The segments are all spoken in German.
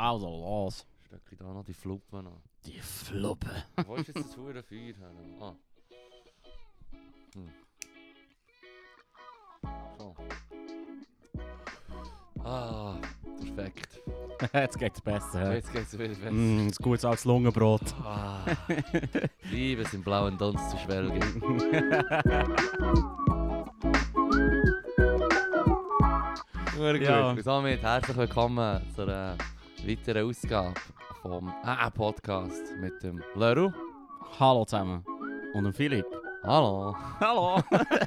Also los. Stecke ich da noch die Fluppe noch. Die Fluppe. Wo ist jetzt das hure Feuer? Ah. So. Ah, perfekt. Jetzt geht's besser. Jetzt geht's wieder besser. Ein gutes altes Lungenbrot. Ah, Liebe es im blauen Dunst zu schwelgen. Sehr gut. Ja. Und somit herzlich willkommen zu einer weiteren Ausgabe vom Podcast mit dem Leru. Hallo zusammen. Und dem Philipp. Hallo. Hallo.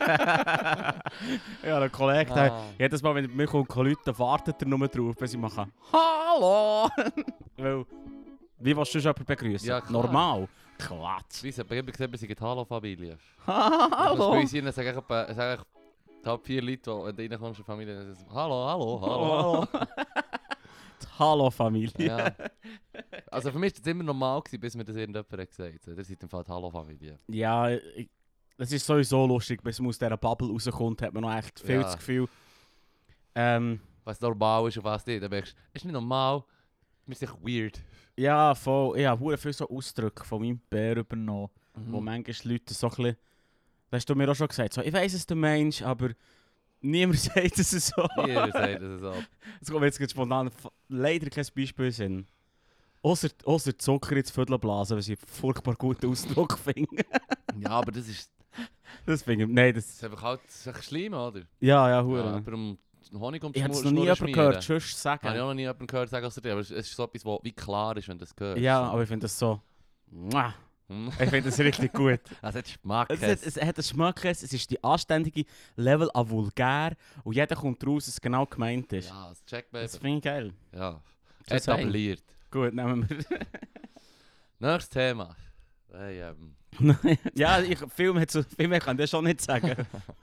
Ja, der Kollege, der, jedes Mal, wenn mich Leute wartet er nur drauf, bis ich mache Hallo. Weil, wie willst du schon jemanden begrüßen? Ja, klar. Normal. Quatsch. Wie gesagt, wir sind Hallo-Familie. Hallo. Bei uns hier sagen die halb 4 Leute, wenn du reinkommst in die Familie, dann sagen sie, Hallo. Die Hallo-Familie. Ja. Also für mich war es immer normal, bis mir das irgendjemand hat gesagt hat. Ihr seid im Fall die Hallo-Familie. Ja, es ist sowieso lustig, bis man aus dieser Bubble rauskommt, hat man noch echt viel das Gefühl. Was normal ist und was nicht. Dann merkst du, es ist nicht normal, wir sind weird. Ja, voll. Ich habe viel so Ausdrücke von meinem Bär übernommen, wo manchmal Leute so ein bisschen... Das hast du mir auch schon gesagt, so, ich weiss es der Mensch, aber niemand sagt es so. Jeder sagt es so. Es kommt mir jetzt spontan leider kein Beispiel in. Ausser Zucker ins Viertel blasen, was ich einen furchtbar guten Ausdruck finde. Ja, aber das ist Das finde ich... Nein, das... einfach halt schlimm, oder? Ja, hure. Ja, aber Honig Ich habe es noch nie jemanden gehört, sonst sagen. Habe ich auch noch nie jemanden gehört, sagen als dir, aber es ist so etwas, was wie klar ist, wenn du das hörst. Ja, aber ich finde das so... Muah. Ich finde das richtig gut. Es hat Geschmack. Es hat einen Schmack, es ist die anständige Level an vulgär und jeder kommt raus, dass es genau gemeint ist. Ja, das checkt man Das eben. finde ich geil. Ja, Just saying. etabliert. Gut, nehmen wir. Nächstes Thema. Hey, Ja, viel mehr kann ich das schon nicht sagen.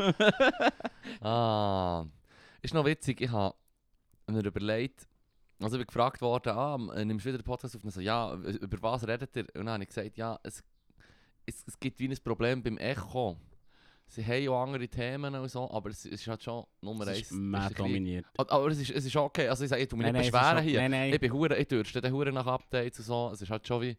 Ist noch witzig, ich habe mir überlegt, also ich bin gefragt worden, nimmst du wieder den Podcast auf? Und so, ja, über was redet ihr? Und dann habe ich gesagt, ja, es gibt wie ein Problem beim Echo. Sie haben auch andere Themen und so, aber es ist halt schon Nummer 1. Es ist mehr dominiert. Aber es ist okay, also ich sage, ich tue mich Nein, nicht nein, beschweren es ist hier. nein. Ich bin hure, ich dürste den hure nach Updates und so, es ist halt schon wie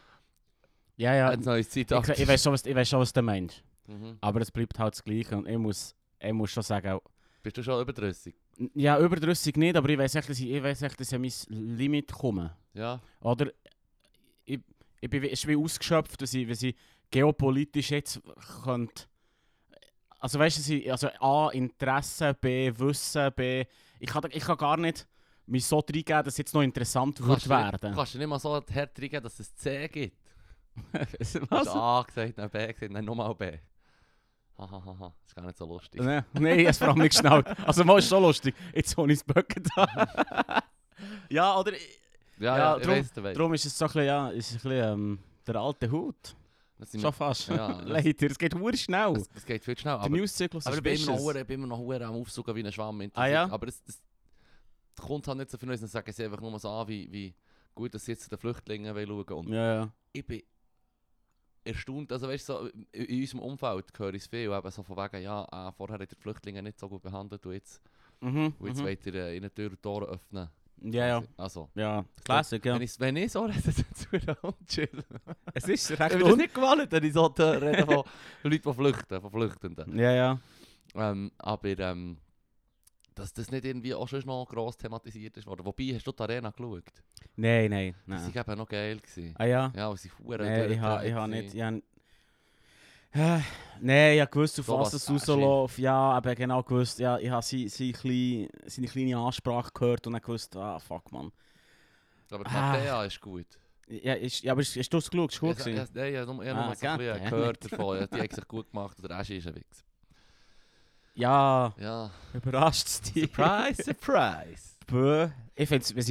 Ja. ein neues Zeitalter. Ich weiß schon, was der Mensch. Mhm. Aber es bleibt halt das Gleiche und ich muss schon sagen, Bist du schon überdrüssig? ja, überdrüssig nicht, aber ich weiß echt, dass ich an mein Limit komme. Ja. Oder ich bin es ist wie ausgeschöpft, dass ich geopolitisch jetzt könnte. Also weißt du, also A, Interesse, B, Wissen, B. Ich kann gar nicht mich so reingeben, dass es jetzt noch interessant wird werden. Kannst du nicht mal so hart reingehen, dass es C gibt? Was? Du hast A gesagt, dann B gesagt, dann nochmal B. Hahaha, das ist gar nicht so lustig. Nein, es vor allem nicht geschnallt. Also mal ist schon lustig. Jetzt habe ich es Böcken da. Ja, oder... Ja, ich darum, weiss, du weißt. darum ist es so ein bisschen, ja, ist ein bisschen der alte Hut. Schon fast. Ja, Leider, es geht verdammt schnell. Es geht viel schnell, Der aber Newszyklus ich ist bin vicious. immer noch hure am Aufsuchen wie ein Schwamm. Ah, ja? Aber das kommt halt nicht so von uns, dann sagen sie einfach nur so an, wie gut dass sie jetzt zu den Flüchtlingen schauen. Und Ja. ich bin erstaunt, also weißt du, so, in unserem Umfeld höre ich es viel, eben so von wegen, ja, vorher hat ihr die Flüchtlinge nicht so gut behandelt und jetzt wollt ihr ihnen Tür und Tore öffnen. Ja. Also, Ja, Classic, ja. wenn ich so rede, dann chillen. Es ist Ich recht bin das nicht gewollt, wenn ich so rede von Leuten, die flüchten, von Flüchtenden. Ja. Aber dass das nicht irgendwie auch schon noch gross thematisiert ist worden. Wobei, hast du die Arena geschaut? Nein. Das war eben noch geil gewesen. Ah ja? Ja, weil sie verdammt Nein, ich habe nicht... Nein, ich habe gewusst, auf So was was es rausläuft. Ja, aber genau gewusst, ja, ich habe seine kleine Ansprache gehört und dann gewusst, fuck, man. Aber die Mattea ist gut. Ja, aber hast du es geschaut? Ist gut gewesen? Nein, ich habe nur so ein bisschen gehört davon. Ja, die haben sich gut gemacht und der Aschi ist ein Wichs. Ja, Ja. überrascht es dich. Surprise! Bö. Ich finde es, wenn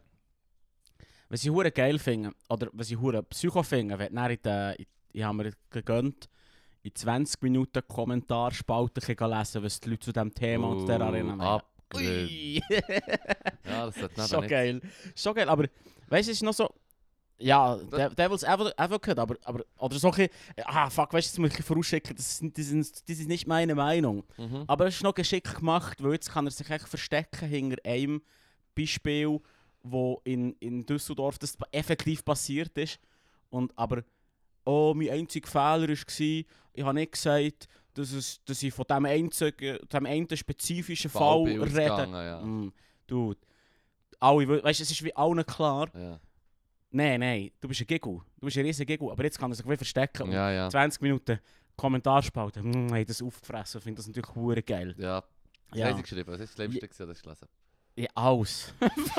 sie hure geil finden, oder wenn sie hure Psycho finden, wenn ich habe mir gegönnt, in 20 Minuten Kommentarspalte lesen, was die Leute zu diesem Thema und der Arena meinen. Ui. Ja, das sollte Schon nicht. geil. Schon geil, aber weißt du, es ist noch so... Ja, Devil's Advocate, aber oder so ein bisschen, fuck, weißt du, jetzt muss ich vorausschicken, das ist nicht meine Meinung. Aber es ist noch geschickt gemacht, weil jetzt kann er sich echt verstecken hinter einem Beispiel, wo in Düsseldorf das effektiv passiert ist. Aber mein einziger Fehler war, ich habe nicht gesagt, dass ich von diesem einen spezifischen Fall Ballbild rede. gegangen, ja. Dude, weißt, es ist wie allen klar, Ja. nein, du bist ein Giggle, du bist ein riesiger Giggle, aber jetzt kann er sich wieder verstecken und Ja. 20 Minuten Kommentarspalte, hey, das aufgefressen, ich finde das natürlich hure geil. Ja. Was haben sie geschrieben? Was ist das Schlimmste, gewesen, das gelesen? Ja, alles.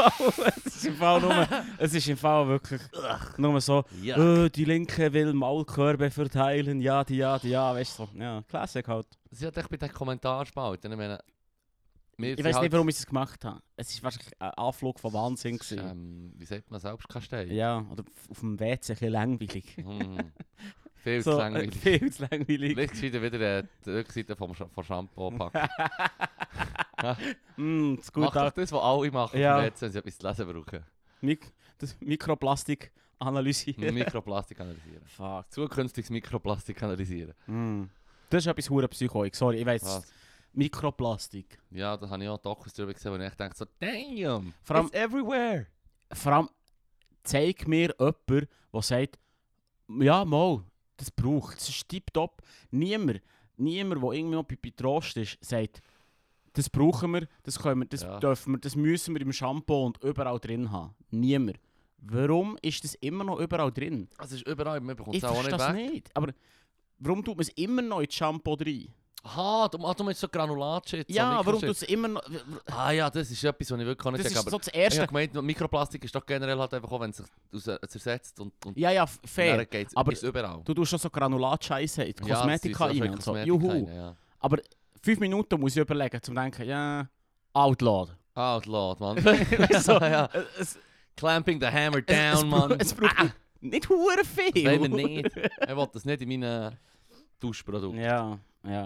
Es ist im Fall wirklich nur so, Ja. die Linke will Maulkörbe verteilen, ja, weißt du so. Ja, Klassik halt. Sie hat echt bei den Kommentarspalten, ich meine... Ich weiß nicht, warum ich es gemacht habe. Es war wahrscheinlich ein Anflug von Wahnsinn. Ist, wie sagt man, Selbstkastei? Ja, oder auf dem WC ein bisschen langweilig. Viel So, zu langweilig. Viel zu langweilig. Vielleicht wieder die Rückseite vom Shampoo packen. Das ist gut. Mach doch das, was alle machen, Ja. wenn sie etwas zu lesen brauchen. Das Mikroplastik analysieren. Mikroplastik analysieren. Fuck. Zukünftiges Mikroplastik analysieren. Das ist etwas hure Psychoik. Sorry, ich weiss. Was? Mikroplastik. Ja, da habe ich auch Dokus drüber gesehen, wo ich echt denke so, damn, Vor allem- it's everywhere. Vor allem, zeig mir jemanden, der sagt, ja, mal, das braucht es. Das ist tipptopp. Niemand, der irgendwie noch bei Trost ist, sagt, das brauchen wir, das können wir, das Ja. dürfen wir, das müssen wir im Shampoo und überall drin haben. Niemand. Warum ist das immer noch überall drin? Es ist überall, man bekommt Ich es auch verstehe nicht das weg. nicht. Aber warum tut man es immer noch ins Shampoo rein? Aha, du meinst so Granulat-Shit, Ja, so warum tut Mikroshit. es immer noch... Ah ja, das ist etwas, was ich wirklich auch nicht Das sage, ist aber so das ich Erste. habe gemeint, Mikroplastik ist doch generell halt einfach auch, wenn es sich zersetzt und Ja, fair. dann geht's aber überall. Du tust schon so Granulat-Scheiße in die Kosmetika ja, rein und so. Kosmetika Juhu. rein, ja. Aber 5 Minuten muss ich überlegen, um zu denken, ja, Outlaw. Outlaw, man. So, ja. es, Clamping the hammer es, down, man. es braucht nicht hure viel. Wollen wir nicht. Er will das nicht in meinen Duschprodukten. Ja.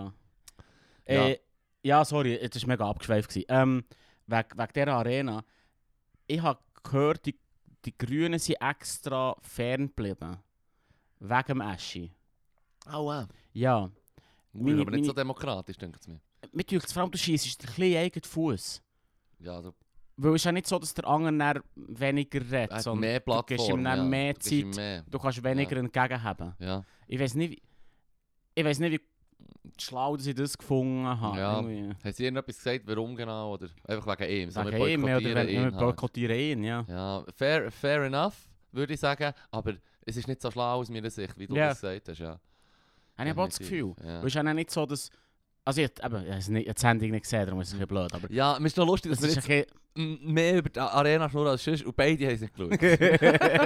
Ja. Ja, sorry, das war mega abgeschweift. Wegen dieser Arena. Ich habe gehört, die Grünen sind extra ferngeblieben. Wegen dem Aschi. Oh, wow. Ja. Aber nicht so demokratisch, denkt es mir. Mir denkt vor allem, du schießt den kleinen eigenen Fuß. Ja, du Weil es ist ja nicht so, dass der andere dann weniger redet, hast sondern mehr du gibst ihm Plattform. dann Ja. mehr Du gibst ihm Zeit. mehr. Du kannst weniger entgegenhaben. Ja. Ich weiß nicht, wie schlau dass ich das gefunden habe. Ja. Irgendwie. Hast du irgendetwas gesagt, warum genau? Oder einfach wegen ihm? So, Wegen wir ihm, oder boykottieren wir ihn halt. boykottieren ihn, ja. Ja, fair enough, würde ich sagen. Aber es ist nicht so schlau aus meiner Sicht, wie du Ja. das gesagt hast. Ja. Habe ich aber auch das Definitiv, Gefühl. ja. Weil es ist ja nicht so, dass... Also ich habe die Sendung nicht gesehen, darum ist es ein bisschen blöd. Aber Ja, mir ist noch lustig, dass es wir ist jetzt ein mehr über die Arena schnurren als sonst und beide haben es nicht geschaut. bisschen...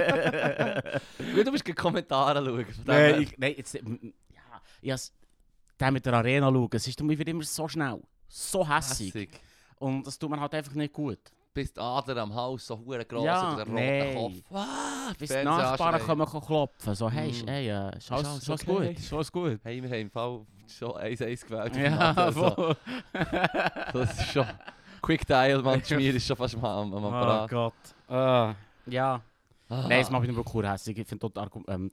Weil du musst die Kommentare schauen. von dem her. Nein, jetzt... Ja, der mit der Arena schauen, es ist mir immer so schnell, so hässig. Hässig. Und das tut mir halt einfach nicht gut. Bis die Ader am Haus so hure gross Ja, über den nee. roten Kopf. Bis die Fernsehen Nachbarn anschreien. kommen klopfen, so hey, Mm. ist alles alles alles okay? gut, ist alles gut. Hey, wir haben im Fall schon 1-1 gewählt. Ja, also, voll. das ist schon... Quick Dial, man, die Schmier ist schon fast am Oh Apparat. Gott. Ja. Ah. Nein, das macht mich wirklich hässlich. Ich finde dort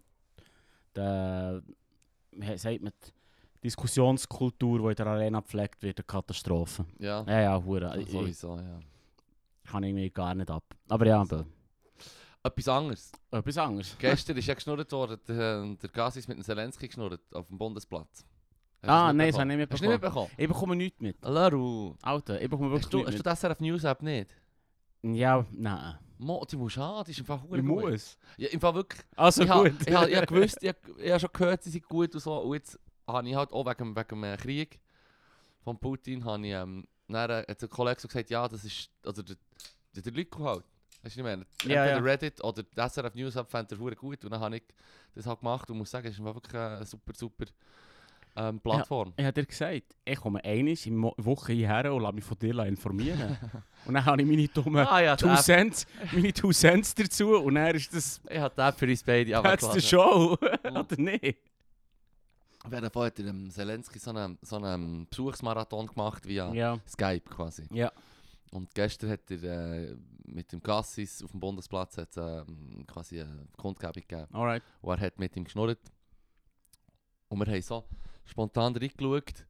wie sagt man, die Diskussionskultur, die in der Arena gepflegt wird, eine Katastrophe. Ja, Ja, hure. Ich sowieso, ja. kann irgendwie gar nicht ab. Aber ja, Etwas anderes. etwas anderes. Gestern ist ja geschnurrt worden, der Gassis mit dem Zelensky geschnurrt auf dem Bundesplatz. Hast Ah, du nein, das habe ich mitbekommen? nicht Hast du nicht mitbekommen. mitbekommen? Ich bekomme nichts mit. Laru. Alter, ich bekomme wirklich Hast du nichts die SRF News App nicht? mit. Ja, nein. Mo, die musst du haben, die ist im Fall verdammt Ich gut. muss. Ja, im Fall wirklich. Also ich gut. Ich habe gewusst, ich habe schon gehört, sie sind gut und so. Und jetzt habe ich halt auch wegen dem Krieg von Putin, habe ich, dann hat ein Kollege so gesagt, ja, das ist, also der Lyko halt. Weißt du nicht mehr? Ja, Entweder ja. Reddit oder die SRF News App fand er verdammt gut. Und dann habe ich das halt gemacht und muss sagen, es ist wirklich eine super Plattform. Ich habe dir gesagt, ich komme einmal in der Woche hierher und lasse mich von dir informieren. Und dann habe ich meine dummen Ja, 2 Cents, meine 2 Cents dazu und dann ist das ich habe die App für uns beide that's the abgeladen. show. Mhm. Oder nicht? Auf jeden Fall hat Zelensky so einen Besuchsmarathon gemacht via Ja. Skype quasi. Ja. Und gestern hat er mit dem Gassis auf dem Bundesplatz hat, quasi eine Kundgebung gegeben. Alright. Und er hat mit ihm geschnurrt. Und wir haben so spontan reingeschaut.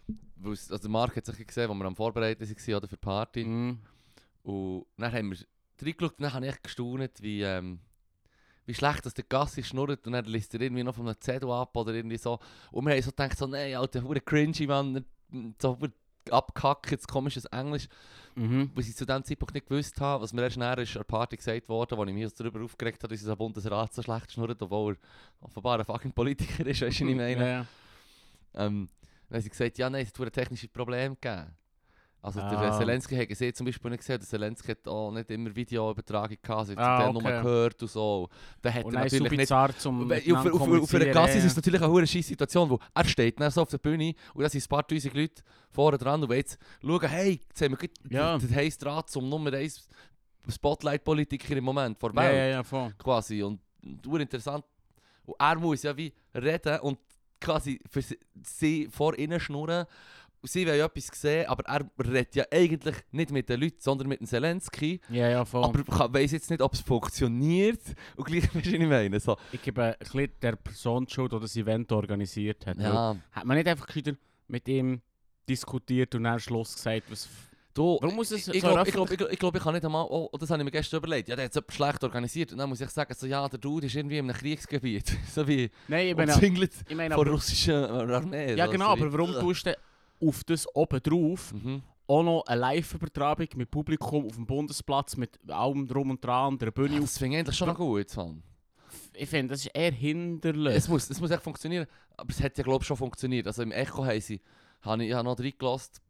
Also der Marc hat sich gesehen, als wir am Vorbereiten waren oder für die Party. Mhm. Und dann haben wir reingeschaut und dann habe ich echt gestaunt, wie schlecht dass der Gassi schnurrt und dann liest er irgendwie noch von einem Zettel ab oder irgendwie so. Und wir haben so gedacht, so, nein, Alter, hure cringy, Mann, so abgekackt, jetzt komisches Englisch. Was ich zu dem Zeitpunkt nicht gewusst habe, was mir erst näher ist an der Party gesagt wurde, wo ich mich darüber aufgeregt habe, dass unser Bundesrat so schlecht schnurrt, obwohl er offenbar ein fucking Politiker ist, weißt du, was ich meine? Ja. Dann haben sie gesagt, ja nein, es hat ein technisches Problem gegeben. Also der Zelensky hat gesehen, zum Beispiel nicht gesehen, der Zelensky hat auch nicht immer Videoübertragung gehabt, also hat nur gehört und so. Da hat und er natürlich nicht... Zum auf einer Gasse ist es natürlich eine scheisse Situation, wo er steht dann so auf der Bühne und da sind ein paar tausend Leute vorne dran und jetzt schauen, hey, jetzt haben wir den heißen Draht zum Nummer 1 Spotlight-Politiker im Moment vor der Welt. Ja, voll. Quasi. Und interessant. Und er muss ja wie reden und quasi für sie vor ihnen schnurren. Sie wollen ja etwas sehen, aber er redet ja eigentlich nicht mit den Leuten, sondern mit dem Zelensky. Ja, voll. Aber ich weiss jetzt nicht, ob es funktioniert. Und gleich, was ich meine. So. Ich gebe ein bisschen der Person die Schuld, die das Event organisiert hat. Ja. Hat man nicht einfach wieder mit ihm diskutiert und dann am Schluss gesagt, was... Warum muss es ich glaube, ich kann nicht einmal... Oh, das habe ich mir gestern überlegt. Ja, der hat es etwas schlecht organisiert. Und dann muss ich sagen, so, ja, der Dude ist irgendwie in einem Kriegsgebiet. So wie... Nein, ich meine von russischen Armee. Ja, genau, aber warum tust du auf das oben drauf auch noch eine Live-Übertragung mit Publikum auf dem Bundesplatz, mit allem drum und dran, der Bühne? Das finde ich eigentlich schon noch gut, Mann. Ich finde, das ist eher hinderlich. Es muss echt funktionieren, aber es hat ja glaube ich schon funktioniert. Also im Echo habe ich noch reingelassen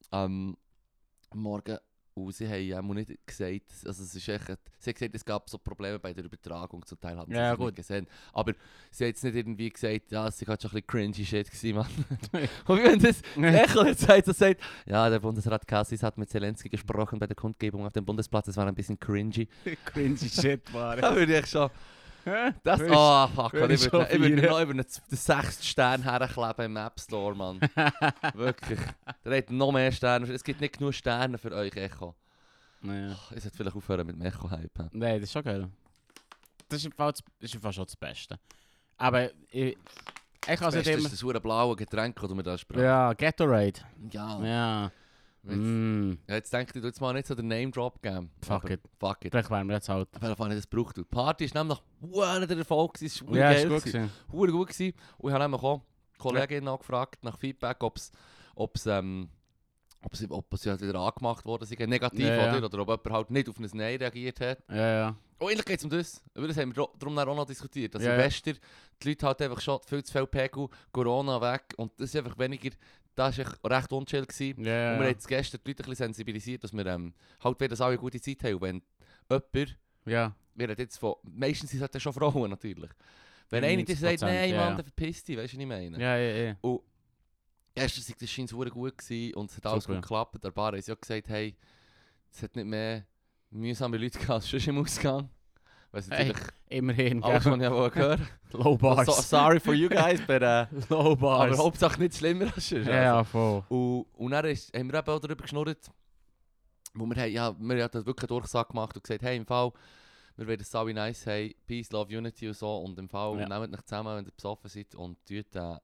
morgen und sie haben nicht gesagt, also es ist echt, sie hat gesagt, es gab so Probleme bei der Übertragung, zum Teil haben sie es nicht gesehen. Aber sie hat jetzt nicht irgendwie gesagt, ja, es war halt schon ein bisschen cringy Shit gewesen, Mann. Und wenn das Echo jetzt sagt, ja, der Bundesrat Cassis hat mit Zelensky gesprochen bei der Kundgebung auf dem Bundesplatz, das war ein bisschen cringy. Cringy Shit war Da würde ich schon... Das, oh fuck, ich würde noch über den 6. Stern herkleben im App Store, Mann. Wirklich. Der hat noch mehr Sterne. Es gibt nicht genug Sterne für euch, Echo. Ja. Ich sollte vielleicht aufhören mit dem Echo-Hype. Nein, das ist schon geil. Das ist im Fall schon das Beste. Aber ich kann das Beste ist das blaue Getränk, das wir da sprechen. Ja, Gatorade. Ja. Ja, jetzt denke ich, du jetzt mal nicht so den Name-Drop geben. Fuck it. Vielleicht wären wir jetzt halt. Auf jeden Fall nicht das gebraucht. Die Party war nämlich der Erfolg. Es war ja, geil. Gut gewesen. Gut gewesen. Und ich habe nämlich auch Kolleginnen angefragt nach Feedback, ob sie halt wieder angemacht worden sind, negativ oder ob jemand halt nicht auf ein Nein reagiert hat. Ja. Und eigentlich geht es um das. Über das haben wir darum auch noch diskutiert. Dass Silvester die Leute halt einfach schon viel zu viel Pegel, Corona weg und das ist einfach weniger... Das war echt recht unchill. Und wir haben jetzt gestern die Leute ein bisschen sensibilisiert, dass wir halt wieder alle eine gute Zeit haben. Und wenn jemand, wir reden jetzt von, meistens sind es halt schon Frauen natürlich. Wenn einer dir sagt, nein Mann, dann verpiss dich, weißt du, was ich meine? Ja. Und gestern war das scheint sehr gut gewesen und es hat alles gut geklappt. Der Bar hat ja gesagt, hey, es hat nicht mehr mühsame Leute gehabt als sonst im Ausgang. Hey, immerhin. Alles, was ich auch gehört Low bars. Sorry for you guys, but low bars. Aber Hauptsache nicht schlimmer als sonst. Ja, voll. Und dann haben wir eben auch darüber geschnurrt, wo wir haben wirklich eine Durchsage gemacht und gesagt, hey, im Fall, wir wollen es alle nice haben, Peace, Love, Unity und so, und im Fall, nehmt euch zusammen, wenn ihr besoffen seid und tut ein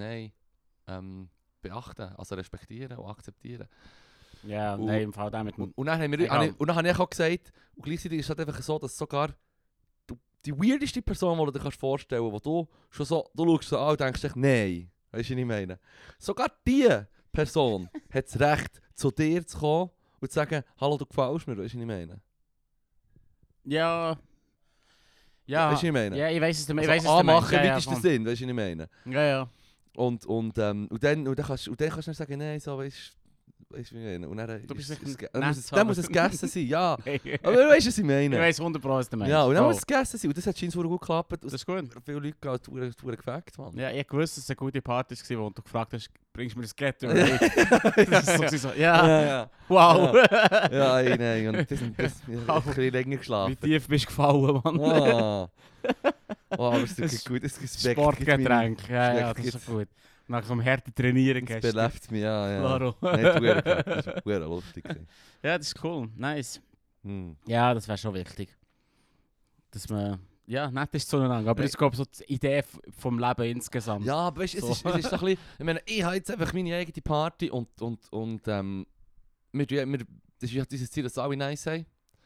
Nein beachten, also respektieren und akzeptieren. Ja, nein, im Fall damit. Und dann habe ich auch gesagt, und gleichzeitig ist es halt einfach so, dass sogar die weirdeste Person, die du dir vorstellen kannst, wo du schon so, du schaust so an und denkst dich, nein, weißt du, was ich meine? Sogar diese Person hat das Recht, zu dir zu kommen und zu sagen, hallo, du gefällst mir, weißt du, was ich meine? Ja. Weißt du, was ich meine? Ja, ich weiss es nicht. Anmachen im weitesten Sinn, weißt du, was ich meine? Ja. Und dann kannst du dann sagen, nein, so, weißt du, und dann muss es gegessen sein, ja. Aber weißt du, was ich meine? Ich weiss 100%, was du meinst. Ja, und dann muss es gegessen sein. Und das hat scheinbar gut geklappt. Das ist gut. Viele Leute haben gefackt, Mann. Ja, ich wusste, dass es eine gute Party war, wo du gefragt hast, bringst du mir das Gatorade? Das ist so, ja. Wow. Ja, nein. Und das hat ein bisschen länger geschlafen. Wie tief bist du gefallen, Mann? Aber es ist gut. Es ist Sportgetränk. Ja, das ist gut. Nach so einem harten Trainieren gestern. Das belebt mich, ja. Claro. Das ist sehr lustig. Ja, das ist cool. Nice. Ja, das wäre schon wichtig. Dass man... Ja, nett ist zueinander. Aber ich glaube, so die Idee vom Leben insgesamt. Ja, aber weißt, es ist so ein bisschen... Ich meine, ich habe jetzt einfach meine eigene Party und das ist ja dieses Ziel, dass alle nice haben.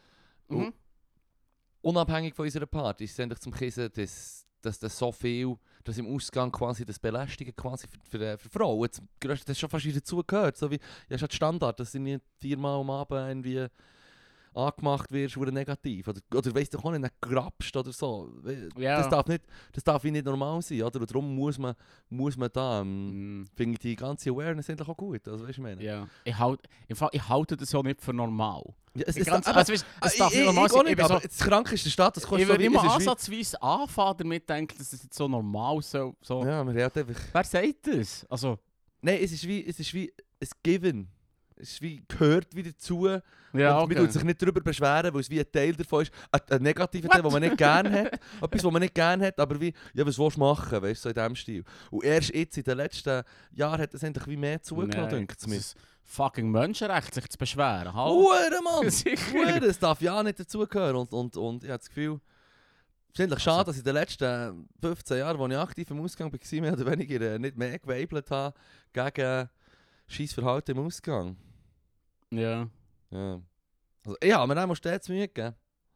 Mhm. Unabhängig von unserer Party ist es endlich zum Kissen, dass das so viel, dass im Ausgang quasi das Belästigen quasi für Frauen, das ist schon fast wieder dazugehört. So wie, ja, ist halt Standard, dass du nicht 4-mal am Abend irgendwie angemacht wirst, wurde negativ. Oder weißt du auch nicht, grabst oder so. Ja. Das darf nicht normal sein, oder? Und darum muss man da, finde ich die ganze Awareness endlich auch gut. Also, weißt du, meine? Ja. Ich halte das ja nicht für normal. Ja, es Es darf nicht normal sein. Nicht, aber das Kranke ist der Status. Ich würde immer ansatzweise anfangen damit denken, dass es jetzt so normal so. Ja, man hat einfach... Wer sagt das? Also... Nein, es ist wie ein Given. Es ist wie, gehört wieder dazu. Ja, und man tut sich nicht darüber beschweren, weil es wie ein Teil davon ist. Ein negativer Teil, den man nicht gerne hat. Etwas, was man nicht gerne hat, aber wie, ja, was willst du machen, weißt du, so in diesem Stil. Und erst jetzt, in den letzten Jahren, hat es endlich wie mehr zugenommen, denke ich mir. Fucking Menschenrecht, sich zu beschweren. Hure, Mann! Sicher. Hure, das darf ja nicht dazugehören. Und ich habe das Gefühl, es ist eigentlich schade, dass ich in den letzten 15 Jahren, als ich aktiv im Ausgang war, mehr oder weniger nicht mehr geweibelt habe gegen scheiß Verhalten im Ausgang. Ja. Ja. Also, ja, aber dann musst du jetzt Mühe geben.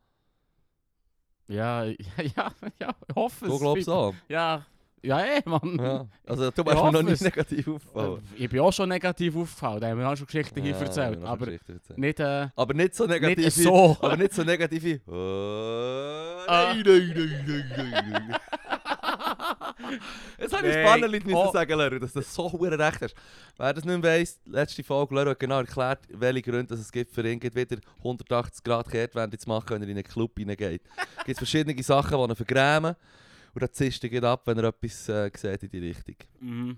Ja, ich hoffe es. Du glaubst auch? Ja, Mann. Ja. Also du bist mir noch nicht negativ aufgefallen. Ich bin auch schon negativ aufgefallen, da haben wir auch schon Geschichten hier erzählt. Aber nicht, aber nicht so negativ nicht so. Aber nicht so negativ wie... Nein. Jetzt habe ich ein paar Leute müssen sagen, Leru, dass das so verdammt recht ist. Wer das nicht weiss, letzte Folge, Leru hat genau erklärt, welche Gründe es gibt für ihn, wieder 180 Grad Kehrtwende zu machen, wenn er in einen Club hineingeht. Es gibt verschiedene Sachen, die ihn vergrämen. Und dann zischt er ab, wenn er etwas sieht in die Richtung. Mhm.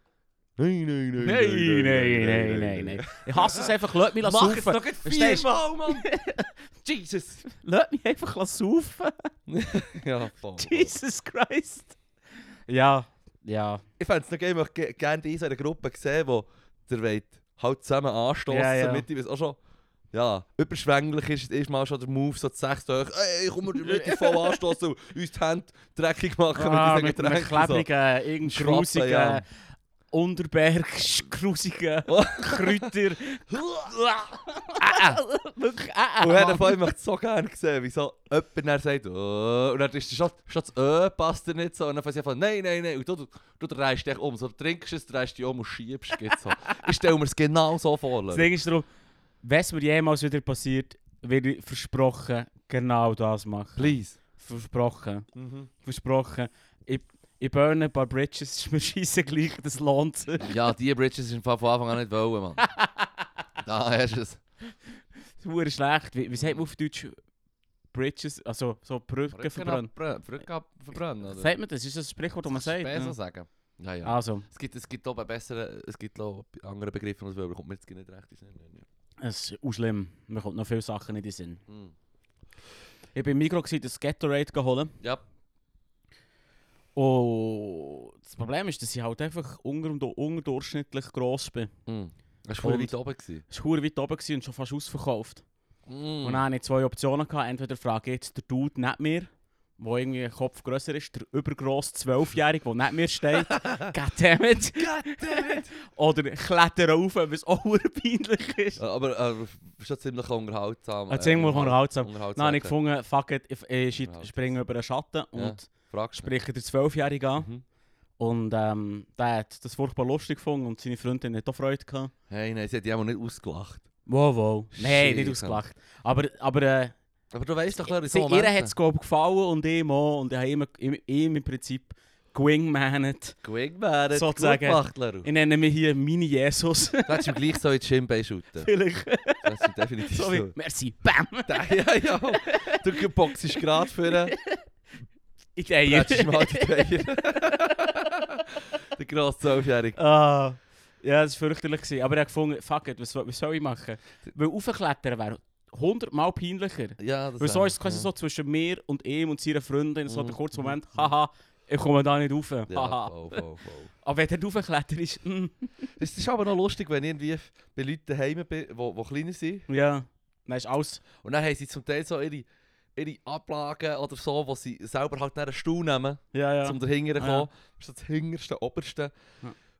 Nein. Ich hasse es einfach, lass mich saufen. Mach es doch nicht 4-mal, Mann! Jesus! Lass mich einfach saufen. Ja, voll. Jesus Christ. Ja. Ich fände es noch gerne in einer Gruppe sehen, wo der halt zusammen anstoßen, damit ich auch schon überschwänglich ist mal schon der Move, so zu 6 Tage, ey, komm mal mit dir voll anstoßen und uns die Hände dreckig machen mit diesen klebrigen, irgendwie grusigen, Unterberg-grusigen Kräuter. Wirklich, und er möchte es so gerne sehen, wie so jemand dann sagt, oh, und dann ist schon das passt dir nicht so, und dann fängt einfach, nein, und du drehst dich um, so, du trinkst es, drehst dich um und schiebst es so. Ich stelle mir es genau so vor. Das Ding ist darum, wenn es mir jemals wieder passiert, werde ich versprochen, genau das machen. Please. Versprochen. Versprochen. Ich burne ein paar Bridges, ist mir scheisse gleich, das lohnt sich. Ja, die Bridges sind von Anfang an nicht wollen, Mann. Da hast du es. Das ist schlecht. Wie sagt man auf Deutsch Bridges, also so Brücken verbrennen? Brücken verbrennen, oder? Sagt man das? Ist das ein Sprichwort, das man sagt? Besser sagen. Ja. Also. Es gibt auch andere Begriffe, als wir, kommt mir jetzt nicht recht in den Sinn. Es ist auch schlimm. Mir kommt noch viele Sachen nicht in den Sinn. Ich war im Migros, das Gatorade holen. Ja. Und das Problem ist, dass ich halt einfach unterdurchschnittlich gross bin. Das war weit oben. Es war weit oben und schon fast ausverkauft. Und dann hatte ich 2 Optionen. Entweder frage ich jetzt der Dude nicht mehr, der irgendwie ein Kopf grösser ist, der übergrosse 12-Jährige, der nicht mehr steht. Goddammit! Oder kletter rauf, was auch peinlich ist. Aber schon ziemlich unterhaltsam. Ziemlich unterhaltsam. Dann habe ich gefunden, fuck it, ich springe über den Schatten und spreche den 12-Jährigen an. Und der hat das furchtbar lustig gefunden und seine Freundin hat auch Freude gehabt. Hey, nein, sie hat die auch nicht ausgelacht. Wow. Nein, nicht ausgelacht. Aber du weißt doch, so ihr hat es gefallen und ihm auch. Und ich habe ihm im Prinzip gewingmanet. Sozusagen. Gemacht, ich nenne mich hier Mini-Jesus. Du hättest ihm gleich so in die Schienbein shooten. Vielleicht. Das ist definitiv so. Merci, bam! Ja. Du boxst gerade für Ich denke. Das ist mal die Eier. Der grosse 12-Jährige. Ja, das war fürchterlich. Aber ich habe gefunden, fuck it, was soll ich machen? Weil aufklettern wäre 100-mal peinlicher. Ja, das weil so ist es quasi so zwischen mir und ihm und seiner Freundin, so einen kurzen Moment, haha, ich komme da nicht rauf. Ja, voll. Aber wenn der raufklettert ist, Es ist aber noch lustig, wenn ich irgendwie bei Leuten daheim bin, die kleiner sind. Ja, dann ist alles. Und dann haben sie zum Teil so ihre Ablagen oder so, wo sie selber halt einen Stuhl nehmen, Ja. um dahinter zu kommen. Das ist das hinterste, oberste. Ja.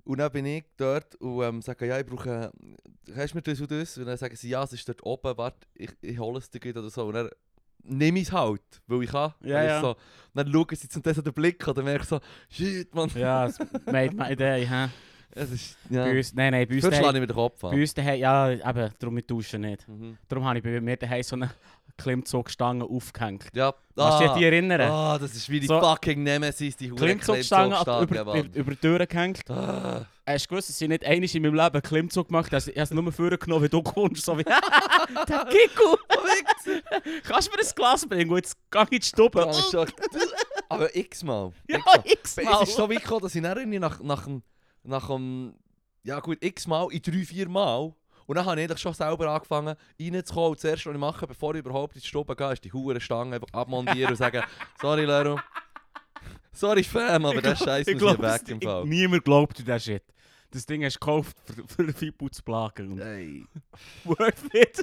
Und dann bin ich dort und sage, ja, ich brauche, hast du mir das und das? Und dann sagen sie, ja, es ist dort oben, warte, ich hole es dir gleich oder so. Und dann nehme ich es halt, weil ich kann. Ja, ja. So. Und dann schauen sie zum Teil so den Blick oder merke ich so, shit, man. Ja, es made my day, hä? Es ist, ja. Bei uns, nein, bei uns Vielleicht schlage daheim, ich mir den Kopf bei an. uns daheim, ja, eben, darum mit Duschen nicht. Mhm. Darum habe ich bei mir daheim so eine Klimmzugstange aufgehängt. Ja. Kannst du dich an die erinnern? Ah, das ist wie die So, fucking Nemesis, die Hure Klimmzugstange Klimmzugstange, Mann. über die Tür gehängt. Ah. Hast du gewusst, dass ich nicht einmal in meinem Leben einen Klimmzug gemacht habe? Ich habe es nur vorgenommen, wie du kommst. So wie, der Kiku! Kannst du mir ein Glas bringen? Und jetzt gehe ich in die Stube. Ja, ist schon- Aber x-mal. Ja, Es ist so weit gekommen, dass ich dann irgendwie nach dem ja gut, x-mal, in 3-4 Mal. Und dann habe ich eigentlich schon selber angefangen reinzukommen. Und das erste, was ich mache, bevor ich überhaupt in die Stube gehe, ist die Hurenstange einfach abmontieren und sagen, sorry Leru, sorry Fam, aber der Scheiß muss hier weg im Fall. Niemand glaubt dir den Shit. Das Ding hast du gekauft für den Fibu zu plagen. Hey, Worth it.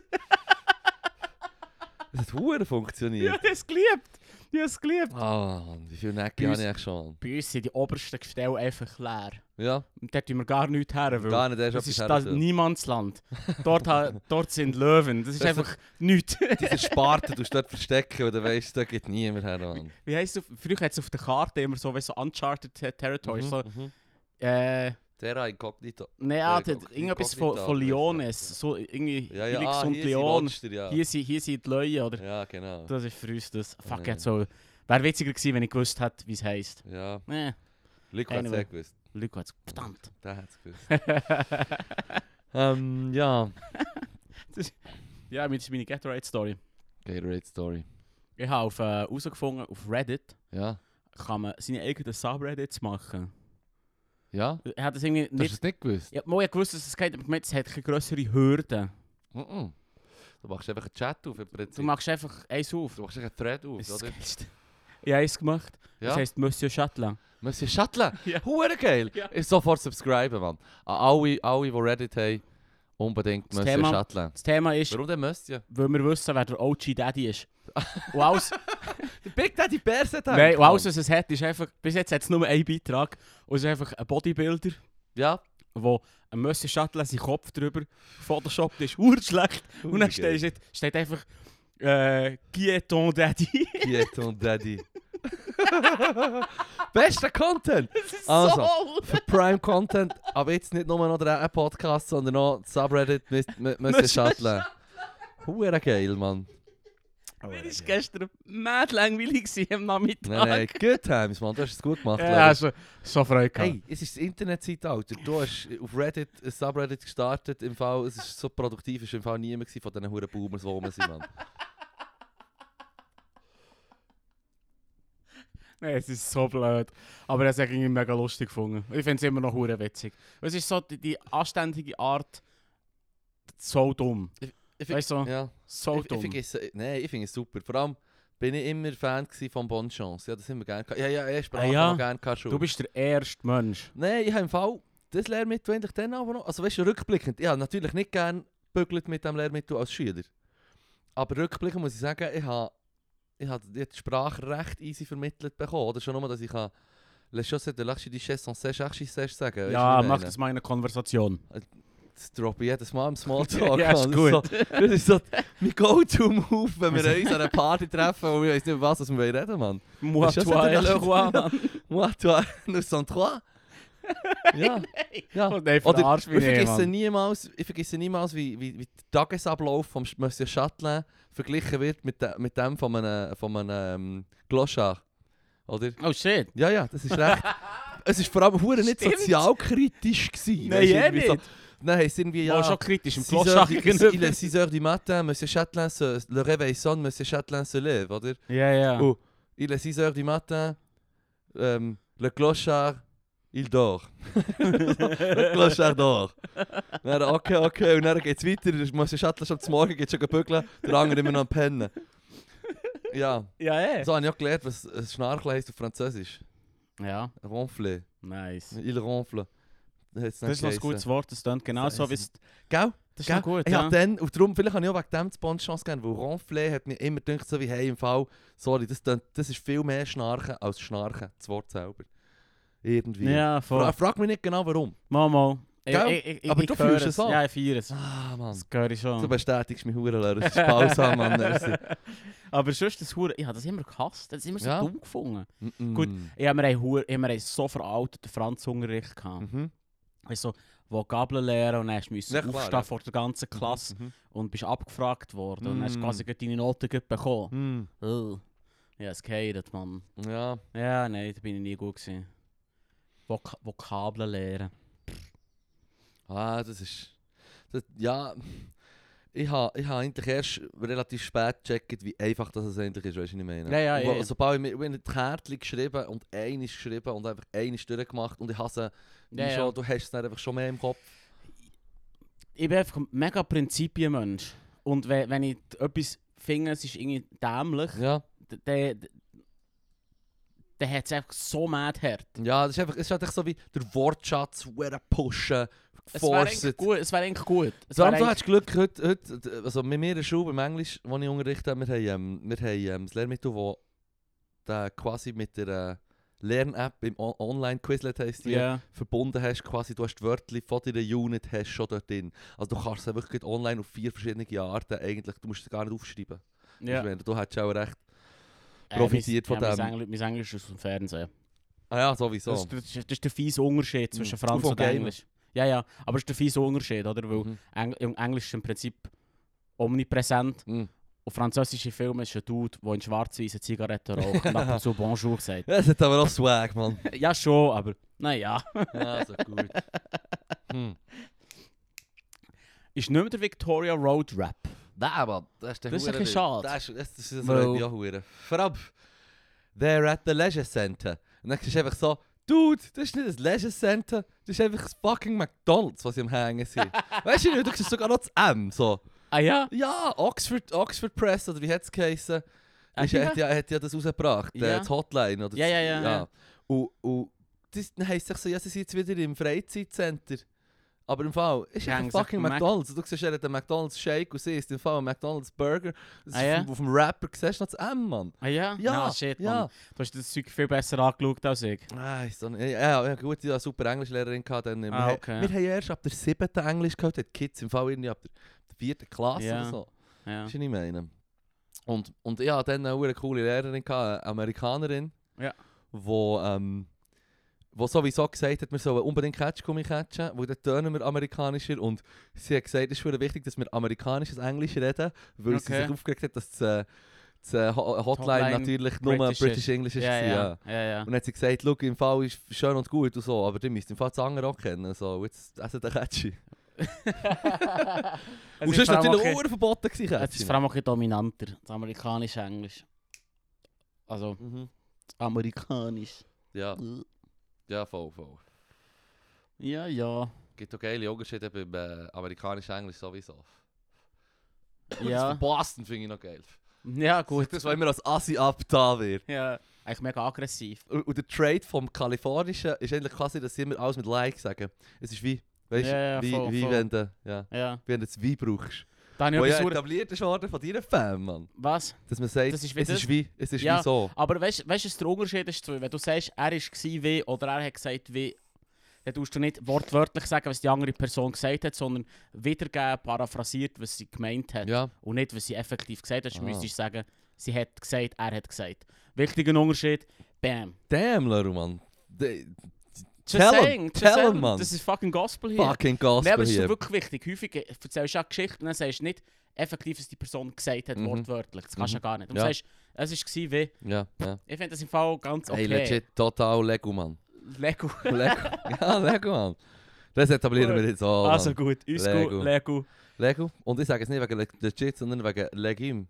das hat Huren funktioniert. Ich habe es geliebt. Ich habe es geliebt. Ah, Mann, wie viele Necke habe ich eigentlich schon? Bei uns sind die obersten Gestelle einfach leer. Ja, Und dort tun wir gar nichts her. Weil gar nicht erst das ist etwas das herstellen. Niemandsland. Dort sind Löwen. Das ist Das einfach nichts. Diese Sparte, du dort verstecken oder weißt, da geht niemand her. Mann. Wie heisst es? Früher hat es auf der Karte immer so, weißt, so Uncharted Territory. So, Terra Incognito. nein, Ja, irgendetwas Incognito, von weißt du. Lyones. So irgendwie Ja, Felix ja, und hier Lyon. sind die Monster, ja. Hier sind die Löwen, oder? Ja, genau. Das ist für uns das. Fuck, Ja. jetzt so. Wäre witziger gewesen, wenn ich gewusst hätte, wie es heisst. Ja, Nee, Luke hat es Anyway. gewusst. Luke hat es. Verdammt. Der hat es gewusst. Ja. Ja, das ist meine Gatorade-Story. Gatorade Story. Ich habe herausgefunden, auf Reddit Ja. kann man seine eigenen Subreddits machen. Ja? Ich habe das irgendwie Du hast nicht... es nicht gewusst? Ja, mal, ich gewusst, dass es geht, aber ich meine, es hat keine grössere Hürde. Mhm. Du machst einfach einen Chat auf im Prinzip. Du machst einfach eins auf. Du machst einfach einen Thread auf, Das ist das oder? Geilste. Ich habe eins gemacht. Ja? Das heisst Monsieur Chatelain. Monsieur Chatelain? Ja. Hure geil! Ja. Ich sofort subscriben, Mann. An alle, die Reddit haben, unbedingt Das Monsieur Thema- Chatelain. Das Thema ist, Warum denn Monsieur? weil wir wissen, wer der OG Daddy ist. Und alles, Der Big Daddy Bärse nein, und alles, was es hat, ist einfach... Bis jetzt hat es nur einen Beitrag. Und es ist einfach ein Bodybuilder, Ja. wo ein Monsieur Chatelain seinen Kopf drüber Photoshop ist urschlecht. Und dann steht einfach Guilleton Daddy. Guilleton Daddy. Bester Content! Das ist Also. so... Für Prime Content, aber jetzt nicht nur noch der Podcast, sondern auch das Subreddit Monsieur Chatelain. Hure geil, Mann. Mir war gestern mad langweilig am Nachmittag. Nein, good times, Mann. Du hast es gut gemacht. Ja, Leru. so Freude gehabt. Hey, es ist das Internetzeitalter. Du hast auf Reddit ein Subreddit gestartet. Im Fall, es ist so produktiv, es war im Fall niemand von diesen Huren Boomers, die rum sind, Mann. Nein, es ist so blöd. Aber das habe ich irgendwie mega lustig gefunden. Ich finde es immer noch hure witzig. Es ist so die anständige Art so dumm. Ich Weißt du, ja. so Ich dumm. finde es super. Vor allem bin ich immer Fan von Bonne Chance. Ja, das haben wir gerne gehabt. Ja, er Sprache ja. noch gerne gehabt. Du bist der erste Mensch. Nein, ich habe im Fall das Lehrmittel eigentlich dann aber noch. Also weißt du, rückblickend, ich habe natürlich nicht gerne gebügelt mit dem Lehrmittel als Schüler. Aber rückblickend muss ich sagen, ich habe die Sprache recht easy vermittelt bekommen. Oder schon nur, dass ich «Les choses de l'archiduchesse sont sèches archiduchesse» sagen. Weisst du, Ja, wie ich mach meine? das mal in einer Konversation. Das droppe ich jedes Mal im Smalltalk. Ja, ist Mann. gut. Das ist so mein Go-To-Move, wenn wir uns an einer Party treffen und wir wissen nicht, über was wir reden, Mann. Moi, Das ist toi ja et so le roi, der- Mann. Moi, toi, nous sommes trois. Ja, ja. Oh, nein, Oder verarsch mich ich nicht, vergesse niemals, wie der Tagesablauf vom Monsieur Chatelain verglichen wird mit dem von einem Clochard. Oder? Oh shit. Ja, ja, das ist recht. Es war vor allem hure nicht Stimmt. sozialkritisch gewesen. Nein, weisst du, eh irgendwie nicht. Dann heisst es irgendwie, Ja, ja... schon kritisch. Im 6 Kloschach il gegenüber. est 6 heures du matin, Monsieur Chatelain, le réveil sonne, Monsieur Chatelain se lève, oder? Ja, ja. Oh, il est 6 heures du matin, le clochard, il dort. Le clochard dort. Dann, okay, und dann geht es weiter, Monsieur Chatelain schon zum Morgen, geht schon bügeln, der andere immer noch am Pennen. Ja, Ja, so habe ich auch gelernt, was ein Schnarchen heisst auf Französisch. Ja, Ronfler, nice. il ronfle. Das ist noch ein gutes Wort, das klingt genau so wie es... Gell? Das ist noch gut, Ja, ja. dann, und darum, vielleicht habe ich auch wegen dem die Bonne-Chance gegeben, weil Ronfler hat mir immer gedacht, so wie, hey, im Fall, sorry, das ist viel mehr Schnarchen als Schnarchen, das Wort selber. Irgendwie. Ja, voll. Frag mich nicht genau warum. Mal. Gell? Aber du höre fühlst es auch? Ja, ich feiere es. Ah, Mann. Das höre ich schon. Du bestätigst mich verdammt, das ist sparsam, Mann. Merci. Aber sonst das Hure, ich habe das immer gehasst. Das immer so Ja. dumm gefunden. Mm-mm. Gut, ich habe mir so veralteten Franzunterricht gehabt. Mhm. Also, Vokabeln lernen und dann musst du Ja, klar, aufstehen ja. vor der ganzen Klasse Mhm. und bist abgefragt worden. Und dann hast du Mm. quasi gleich deine Noten bekommen. Mhm. Ja, es geht, Mann. Ja. Ja, nein, da bin ich nie gut gewesen. Vokabeln lernen. Ah, das ist... ja... Ich habe eigentlich erst relativ spät gecheckt, wie einfach das eigentlich ist, weißt du, was ich meine? Ja, ja, Und ja. Sobald ich mir die Kärtchen geschrieben und eines geschrieben und einfach eines durchgemacht und ich hasse, Ja, ja. du hast es dann einfach schon mehr im Kopf. Ich bin einfach ein mega Prinzipienmensch. Und wenn ich etwas finde, es ist irgendwie dämlich, Ja. dann hat es einfach so mad hart. Ja, es ist einfach so wie der Wortschatz, pushen, Es wäre eigentlich forcen. gut. Es wäre eigentlich gut. Es So, wäre du eigentlich- hast Glück, heute, also mit mir in der Schule, beim Englisch, das ich unterrichte, wir haben das Lehrmittel, das quasi mit der Lern-App im Online-Quizlet heisst die, Ja. verbunden hast. Quasi, du hast die Wörter von deiner Unit hast schon dort drin. Also du kannst es wirklich online auf 4 verschiedene Arten eigentlich, du musst es gar nicht aufschreiben. Ja. Ich meine, du hättest auch recht profitiert von dem. Mein Englisch ist aus dem Fernsehen. Ah ja, sowieso. Das ist der fiese Unterschied zwischen Franz von und Gamer. Englisch. Ja, ja, aber es ist der fiese Unterschied, oder? Weil Mhm. im Englisch ist im Prinzip omnipräsent. Mhm. Und französische Filme ist ein Dude, der in schwarz-weißen Zigaretten raucht und ab und zu Bonjour sagt. Ja, das hat aber auch Swag, Mann. Ja, schon, aber naja. Ja, so gut. Hm. Ist nicht mehr der Victoria Road Rap. Nein, aber das ist der Das ist ein Hure- bisschen schade. Das ist so Weil- ja hure. Vor allem, they're at the Leisure Center. Und dann ist es einfach so, Dude, das ist nicht ein Leisure Center, das ist einfach das fucking McDonalds, was sie am Hängen sind. Weißt du nicht, du siehst sogar noch das M. So. Ah ja? Ja, Oxford Press, oder wie hat es geheißen? Ah, Hat ja das rausgebracht, Ja. das Hotline. Oder Ja. Und das, dann heisst es so, ja, sie sind jetzt wieder im Freizeitcenter. Aber im Fall, ist Ja, ein haben fucking gesagt, McDonalds. Du siehst, er hat einen McDonalds Shake und sie ist im Fall ein McDonalds Burger. Das ist Ah, ja? auf dem Rapper, siehst du noch das M, Mann? Ah ja? Ja, No, shit, ja. Mann. Du hast das Zeug viel besser angeschaut als ich. Ah, ist so nicht. Ja, gut, ich hatte eine super Englischlehrerin. Dann, Ah, okay. Wir haben erst ab der 7. Englisch gehabt, die Kids im Fall irgendwie ab der 4. Klasse Ja. oder so. Ja. Weißt du, was ich meine? Und ich hatte dann eine coole Lehrerin, eine Amerikanerin, Ja. wo sowieso gesagt hat, wir sollen unbedingt Catchgummi catchen, weil dann tönen wir amerikanischer. Und sie hat gesagt, es ist für wichtig, dass wir amerikanisches Englisch reden, weil sie Okay. sich aufgeregt hat, dass das Hotline Hotline natürlich nur British English ist. Ja. Und dann hat sie gesagt, schau, im Fall ist schön und gut und so, aber du müsst im Fall das andere auch kennen. So, jetzt essen den Catchy. Und sonst natürlich auch verboten gewesen, Es ist Catchy. vor allem auch ein bisschen dominanter, das amerikanische Englisch. Also, Mhm. das amerikanisch. Ja, ja, voll. Ja, ja. Gibt auch geile Unterschiede beim amerikanischen Englisch sowieso. Das Ja, von Boston finde ich noch geil. ja gut. Das, was immer als Assi abgetan wird. Ja, eigentlich mega aggressiv. Und der Trade vom Kalifornischen ist eigentlich quasi, dass sie immer alles mit Like sagen. Es ist wie, weißt Ja, ja, wie, voll, wie voll. wenn du, ja, Ja. wie wenn du das Wie brauchst. Da habe ich Wo ja etwas etabliert ist worden von deinen Fan, Mann. Was? Dass man sagt, Das ist wie es das? ist Ja. wie so. Aber weißt du, was der Unterschied ist? Wenn du sagst, er war wie oder er hat gesagt wie, dann tust du nicht wortwörtlich sagen, was die andere Person gesagt hat, sondern wiedergeben, paraphrasiert, was sie gemeint hat. Ja. Und nicht, was sie effektiv gesagt hat. Du Ah. müsstest sagen, sie hat gesagt, er hat gesagt. Wichtiger Unterschied, bam. Damn, Leru, Mann. Just Tell 'em, saying, just tell 'em, saying. Mann. Das ist fucking Gospel hier. Fucking Nein, aber Gospel es ist hier. wirklich wichtig. Häufig erzählst du eine Geschichte und dann sagst du nicht effektiv, was die Person gesagt hat, Mhm. wortwörtlich. Das kannst du ja gar nicht. Und Ja. du sagst, es war wie. Ja, ja. Ich finde das im Fall ganz okay. Hey, legit, total Lego, Mann. Lego. Lego. Ja, Lego, Mann. Das etablieren wir jetzt auch. Also Mann. gut, uns Lego. gut, Lego. Lego. Und ich sage es nicht wegen legit, sondern wegen Legim.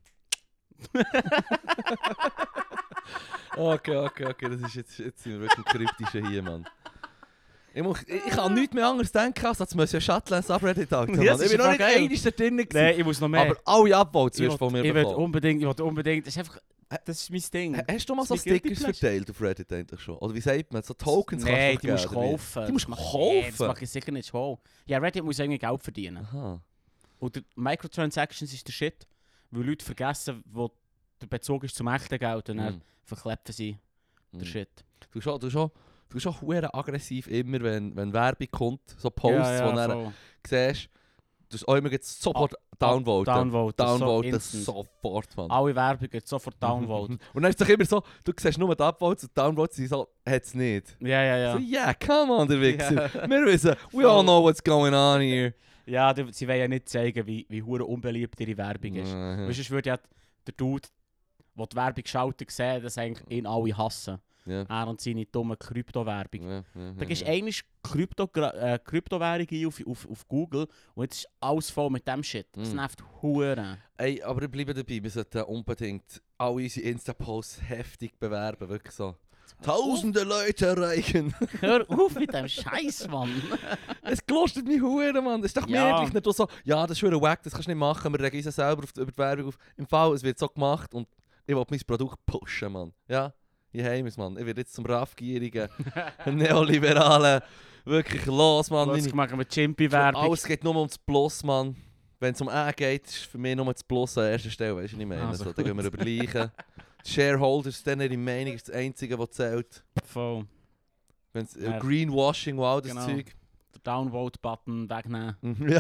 Okay. Das ist jetzt sind wir wirklich kryptische hier, Mann. Ich kann nichts mehr anderes denken, als dass Monsieur Chatelain Subreddit hat. Ja, das Ich ist bin noch nicht geil. einmal da drin gewesen. Nein, ich muss noch mehr. Aber alle Upvotes ich wirst du von mir will bekommen. unbedingt. Das ist einfach. Das ist mein Ding. Hast du mal Das so ist mein Stickers Guilty verteilt auf Reddit eigentlich schon? Oder wie sagt man? So Tokens Nein, kannst die du musst doch du geben, oder wie? kaufen. Die musst du Das kaufen? Nee, das mache ich sicher nicht schon. Ja, Reddit muss irgendwie Geld verdienen. Aha. Und Microtransactions ist der Shit, weil Leute vergessen, wo der Bezug ist zum echten Geld und dann Mm. verkleppen sie den Mm. Shit. Du du bist auch hure aggressiv immer, wenn Werbung kommt, so Posts, wo du voll. siehst, du hast auch immer jetzt sofort downvoten. Downvoten so sofort, Mann. alle Werbung geht sofort downvoten. Und dann ist es doch immer so, du siehst nur die Upvotes und Downvotes sind so, hat's nicht. Ja. So, yeah, come on, der Wichser. Ja. Wir wissen, we all know what's going on here. Ja, sie wollen ja nicht zeigen, wie hure unbeliebt ihre Werbung ist. Weißt du, es würde ja der Dude, der die Werbung schaltet, sehen, dass eigentlich ihn alle hassen. Ja. Er und seine dumme Kryptowährung. Ja. Da gehst du einmal Kryptowährung ein auf Google und jetzt ist alles voll mit dem Shit. Das nervt hure. Ey, aber ich bleibe dabei, wir sollten unbedingt alle unsere Insta-Posts heftig bewerben, wirklich so. Tausende Leute erreichen. Hör auf mit dem Scheiß, Mann. Es gelustet mich hure, Mann. Das ist doch Ja. möglich. Nicht so, ja, das ist schon wack, das kannst du nicht machen. Wir regen uns selber über die Werbung auf. Im Fall, es wird so gemacht und ich will mein Produkt pushen, Mann. Ja, ich heim es, Mann. Ich werde jetzt zum raffgierigen, neoliberalen, wirklich los, Mann. Was machen wir Chimpy-Werbung? Alles geht nur ums Plus, Mann. Wenn es um E geht, ist für mich nur das Plus an erster Stelle, weißt du, was ich meine? Also So, dann gehen wir über Leichen. Die Shareholders, dann ihre Meinung ist das Einzige, was zählt. Voll. Wenn's, Ja. Greenwashing, wow, das Genau. Zeug. Den Downvote-Button wegnehmen.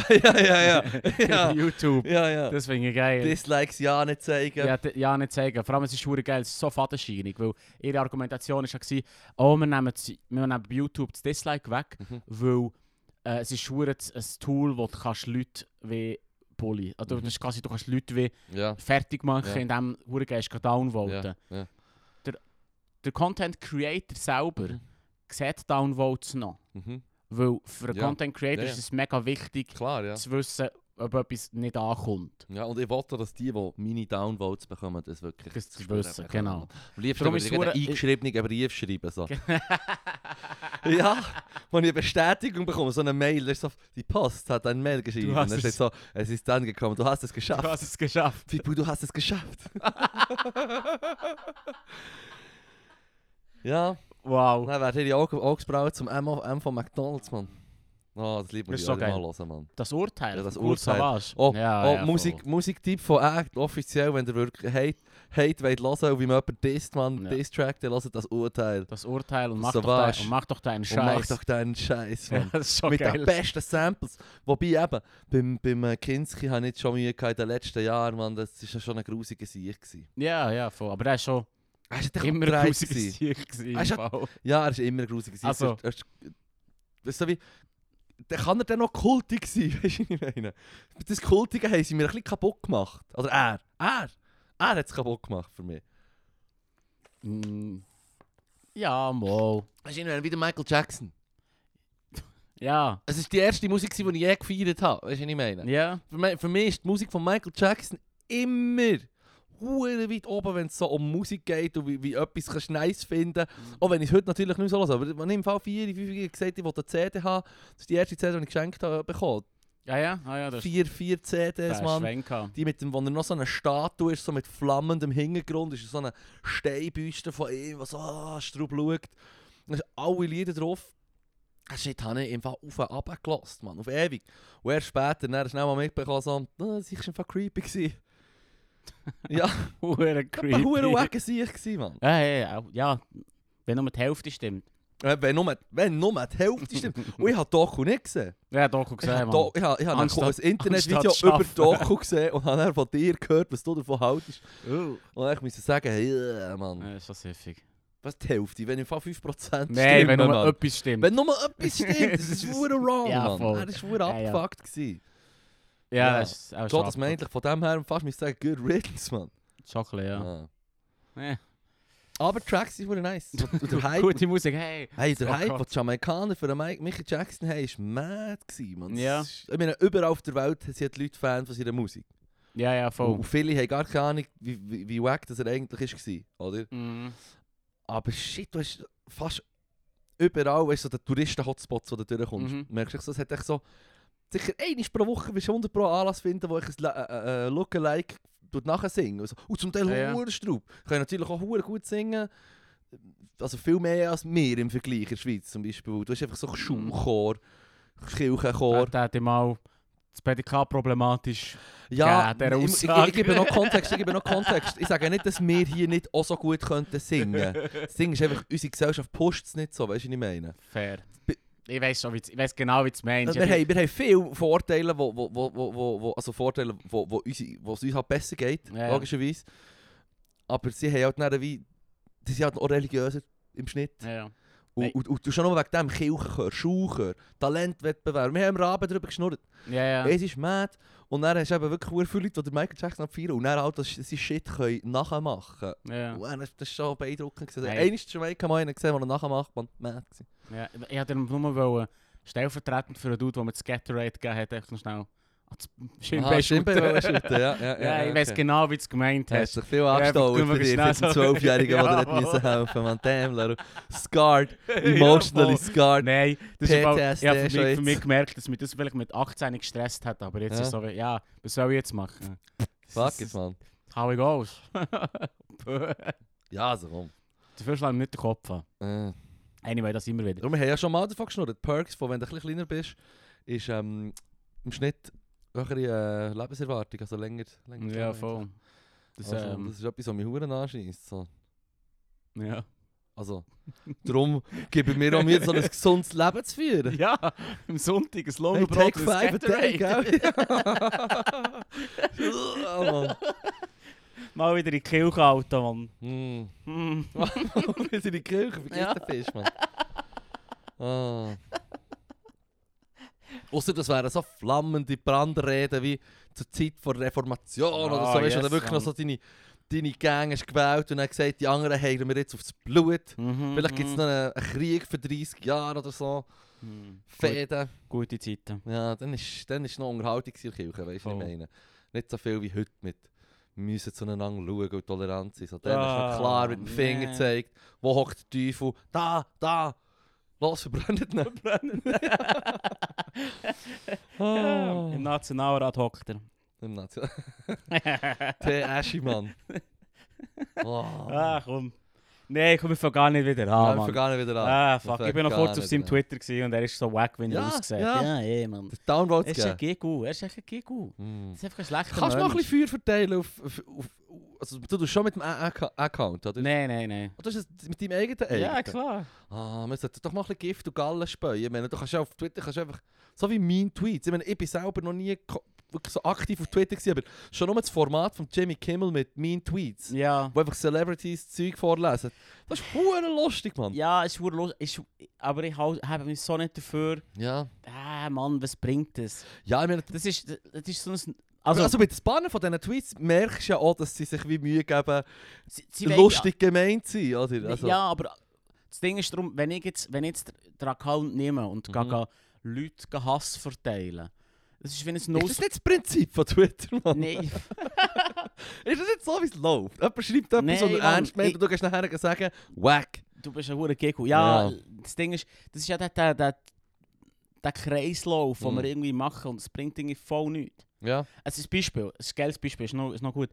Ja. YouTube. Ja. Das finde ich geil. Dislikes ja nicht zeigen. Ja, nicht sagen. Vor allem, es ist hure geil, es ist so fadenscheinig, weil ihre Argumentation war, oh, wir nehmen bei YouTube das Dislike weg, weil es ist hure ein Tool, wo du kannst Leute wie Bully. Also, das ist quasi, du kannst Leute wie Ja. fertig machen, Ja. indem du hure geil downvoten. Ja. Der Content Creator selber sieht Downvotes noch. Mhm. Weil für einen Ja. Content Creator Ja. ist es mega wichtig, Klar, ja. zu wissen, ob etwas nicht ankommt. Ja, und ich wollte, dass die meine Downvotes bekommen, das wirklich Das zu spüren wissen, bekommen. genau. Am liebsten Darum würde ist ich es einen eingeschriebenen Brief schreiben. So. Ja, wenn ich eine Bestätigung bekomme, so eine Mail, da ist so, die Post hat eine Mail geschrieben. Du hast Da steht es. so, es ist dann gekommen, du hast es geschafft. Du hast es geschafft. Pipu, du hast es geschafft. Ja, Wow. dann werden die Augsbrauen zum M von McDonalds, Mann. Oh, das liebt man Das ist ja so mal geil. hören, Mann. Das Urteil. Ja, das Cool Urteil. Savage. Oh, ja, Musiktipp von Act, offiziell, wenn ihr wirklich Hate wollt hören und wie man jemanden disst, Mann, Ja. Diss-Track, dann hört das Urteil. Das Urteil und Savage. mach doch deinen Und mach Scheiß. doch deinen Scheiß, Ja, Mann. das ist schon Mit geil. den besten Samples. Wobei eben, beim Kinski habe ich nicht schon Mühe gehabt in den letzten Jahren, Mann, das war ja schon ein grusiger Sieg gewesen. Ja, voll. Aber er ist schon Er ist doch immer ein breit grusiger gewesen. Sieg gewesen. Er ist im Fall. Ja, er ist immer ein grusiger Sieg. Also. Weißt du, so wie... Dann kann er dann noch kultig sein, weißt du, was ich meine? Das Kultige haben sie mir ein bisschen kaputt gemacht. Oder er hat es kaputt gemacht für mich. Mm. Ja, mal. Weißt du, wieder Michael Jackson. Ja. Es war die erste Musik, die ich je gefeiert habe, weißt du, was ich meine? Ja. Für mich ist die Musik von Michael Jackson immer hure weit oben, wenn es so um Musik geht und wie etwas kannst nice finden. Auch wenn ich es heute natürlich nicht so höre. Aber wenn ich im Fall 4, 5 gesagt ich wollte eine CD haben, das ist die erste CD, die ich geschenkt habe, bekommen. Ja, das 4 CDs, Mann. Schwenk gehabt. Die mit dem, wo er noch so eine Statue ist, so mit flammendem Hintergrund, ist so eine Steinbüste von ihm, der so straub schaut. Da sind alle Lieder drauf. Shit, habe ich im Fall auf und runter gelassen, Mann, auf ewig. Und erst später, dann schnell mal mitbekommen, so, das war einfach creepy gewesen. Ja, Hure creepy. ein hure wacker Sieg gewesen, Mann. Ja, wenn nur die Hälfte stimmt. Wenn nur die Hälfte stimmt. Und ich habe Doku nicht gesehen. Ja, doch, Ich gesehen, habe Mann. ein Anstatt- Internetvideo anstatt über schaffen. Doku gesehen und habe dann von dir gehört, was du davon haltest. Oh. Und ich musste sagen, hey, Mann. Ja, ist schon süffig. Was die Hälfte? Wenn im Fall 5% Nein, wenn nur Mann. etwas stimmt. Wenn nur etwas stimmt, das ist hure wrong, Ja, Mann. voll. Er war hure Ja, ja. abgefuckt gewesen. Ja, das ist auch So, dass man eigentlich von dem her fast müsste sagen, good riddance, Mann. Chocolate, ja. Ja. Aber die Tracks sind hure nice. Und der Hype, Gute Musik, hey. hey, der Oh Hype, Gott. den die Jamaikaner für den Michael Jackson haben, war mad gewesen, Mann. Ja. Das ist- Ich meine, überall auf der Welt sind die Leute Fan von seiner Musik. Ja, voll. Und viele haben gar keine Ahnung, wie wack das er eigentlich war, oder? Mhm. Aber shit, du hast fast überall, weißt du, so den Touristen-Hotspots, wo du durchkommst. Mhm. Merkst du, so, es hat echt so, sicher einmal pro Woche wirst du 100 pro Anlass finden, wo ich ein Lookalike nachher singen. Also, und zum Teil Ja. Hurenstraub. Können natürlich auch hure gut singen. Also viel mehr als wir im Vergleich in der Schweiz zum Beispiel. Du hast einfach so Schulchor, Kirchenchor. Da hätte ich mal das Prädikat problematisch Ja, dieser ich Aussage. gebe noch Kontext. Ich sage nicht, dass wir hier nicht auch so gut könnten singen. Das Ding ist einfach, unsere Gesellschaft pusht es nicht so, weißt du, was ich meine? Fair. Ich weiss genau, wie du es meinst. Wir haben viele Vorteile, also Vorteile, wo es uns halt besser geht, Ja. logischerweise. Aber sie haben halt dann wie, die sind halt auch religiöser im Schnitt. Ja. Und schon nur wegen dem Kirchenchor, Schulchor, Talentwettbewerb. Wir haben im Rahmen darüber geschnurrt. Ja. Es ist mad. Und dann hast du eben wirklich sehr viele Leute, die Michael Jackson abfeiern und dann halt seinen Shit können nachmachen können. Ja. Und das ist schon beeindruckend. Hey. Einmal ist Jamaica mal einen gesehen, der er nachmacht, man mad gewesen. Ja. Ich wollte nur stellvertretend für einen Dude, der mir das Gatorade gegeben hat, einfach noch schnell ans Schienbein Schienbein shooten. shooten, ja. Ich weiss genau, wie du es gemeint Hast hast. dich viel angestaut für dich, für den 12-Jährigen, der dir Ja, nicht helfen musste. Man, damn, Leru. Scarred. Emotionally scarred. Nein, das ist PTSD ich habe schon für jetzt. mich gemerkt, dass mich das vielleicht mit 18 nicht gestresst hat, aber jetzt Ja. ist es so, ja, was soll ich jetzt machen? Fuck it, man. How it goes. Ja, also komm. Dafür schlagen wir nicht den Kopf an. Anyway, das immer wieder. Wir haben ja schon mal davon geschnurrt. Perks, von wenn du ein bisschen kleiner bist, ist im Schnitt höhere Lebenserwartung, also länger. Ja, voll. Das, Also, das ist etwas, was mich verdammt anschießt. So. ja. Also, darum geben wir auch mir so ein gesundes Leben zu führen. Ja, am Sonntag ein Hey, Lohnbrot take und ein 5 a day, Gatorade. gell? Ja, Mann. Mal wieder in die Kirche, Alter, Mann. Mm. Hm. Wir sind in die Kirche, vergiss Ja. den Fisch, Mann. Ah. Ausser das wären so flammende Brandreden wie zur Zeit der Reformation oder so, weißt du, oder wirklich noch so deine Gang hast gewählt und dann gesagt, die anderen heilen wir jetzt aufs Blut. Vielleicht gibt es noch einen Krieg für 30 Jahre oder so. Fäden. Gute Zeiten. Ja, dann ist noch Unterhaltung in der Kirche, weißt du, was ich Voll. meine. Nicht so viel wie heute mit müssen zueinander schauen und tolerant sein. So, dann ist Ah, noch klar mit dem Finger nee. gezeigt, wo hockt der Teufel, da, los, verbrennt ihn. Ah. Im Nationalrat hockt er. Im Nation. Der Aschi-Mann. Oh. Ah, komm. Nein, komm, ich fange gar nicht wieder Ja, an, wir Mann. fangen gar nicht wieder an. Ah, Wir fuck. fangen Ich bin noch gar kurz auf nicht seinem wieder Twitter gewesen und er ist so wack, wie er Ja, aussieht. ja. Ja, Mann. an. Downloads Er ist ein geben. Gigu, er ist echt ein Gigu. Mm. Das ist einfach ein schlechter Kannst du mal ein Mensch. bisschen Feuer verteilen also du tust schon mit dem Account, oder? Nein. Oder ist es mit deinem eigenen? Ja, klar. Ah, man sollte doch mal ein bisschen Gift und Gallen speien. Ich meine, du kannst ja auf Twitter einfach, so wie mein Tweets. Ich meine, ich bin selber noch nie wirklich so aktiv auf Twitter gewesen, aber schon nur das Format von Jimmy Kimmel mit meinen Tweets, Ja. wo einfach Celebrities Zeug vorlesen. Das ist verdammt lustig, Mann. Ja, es ist verdammt lustig. Aber ich habe mich so nicht dafür. Ja. Mann, was bringt das? Ja, ich meine, Das ist so ein... also mit dem Spannen von diesen Tweets merkst du ja auch, dass sie sich wie Mühe geben, sie wollen lustig gemeint zu sein, oder? Also, Ja, aber das Ding ist darum, wenn ich jetzt den Account nehme und Mhm. Leute Hass verteilen, das ist wie ein ist Nuss... das nicht das Prinzip von Twitter, Mann? Nein, Ist das nicht so, wie es läuft? Jemand schreibt etwas, Nein, was er Mann, ernst meint und du kannst nachher sagen, wack. du bist ein verdammter Gecko. Ja, Ja. das Ding ist, das ist ja der Kreislauf, den Mhm. wir irgendwie machen und es bringt irgendwie voll nichts. Ja. Es ist ein Beispiel, ein geiles Beispiel, ist noch gut.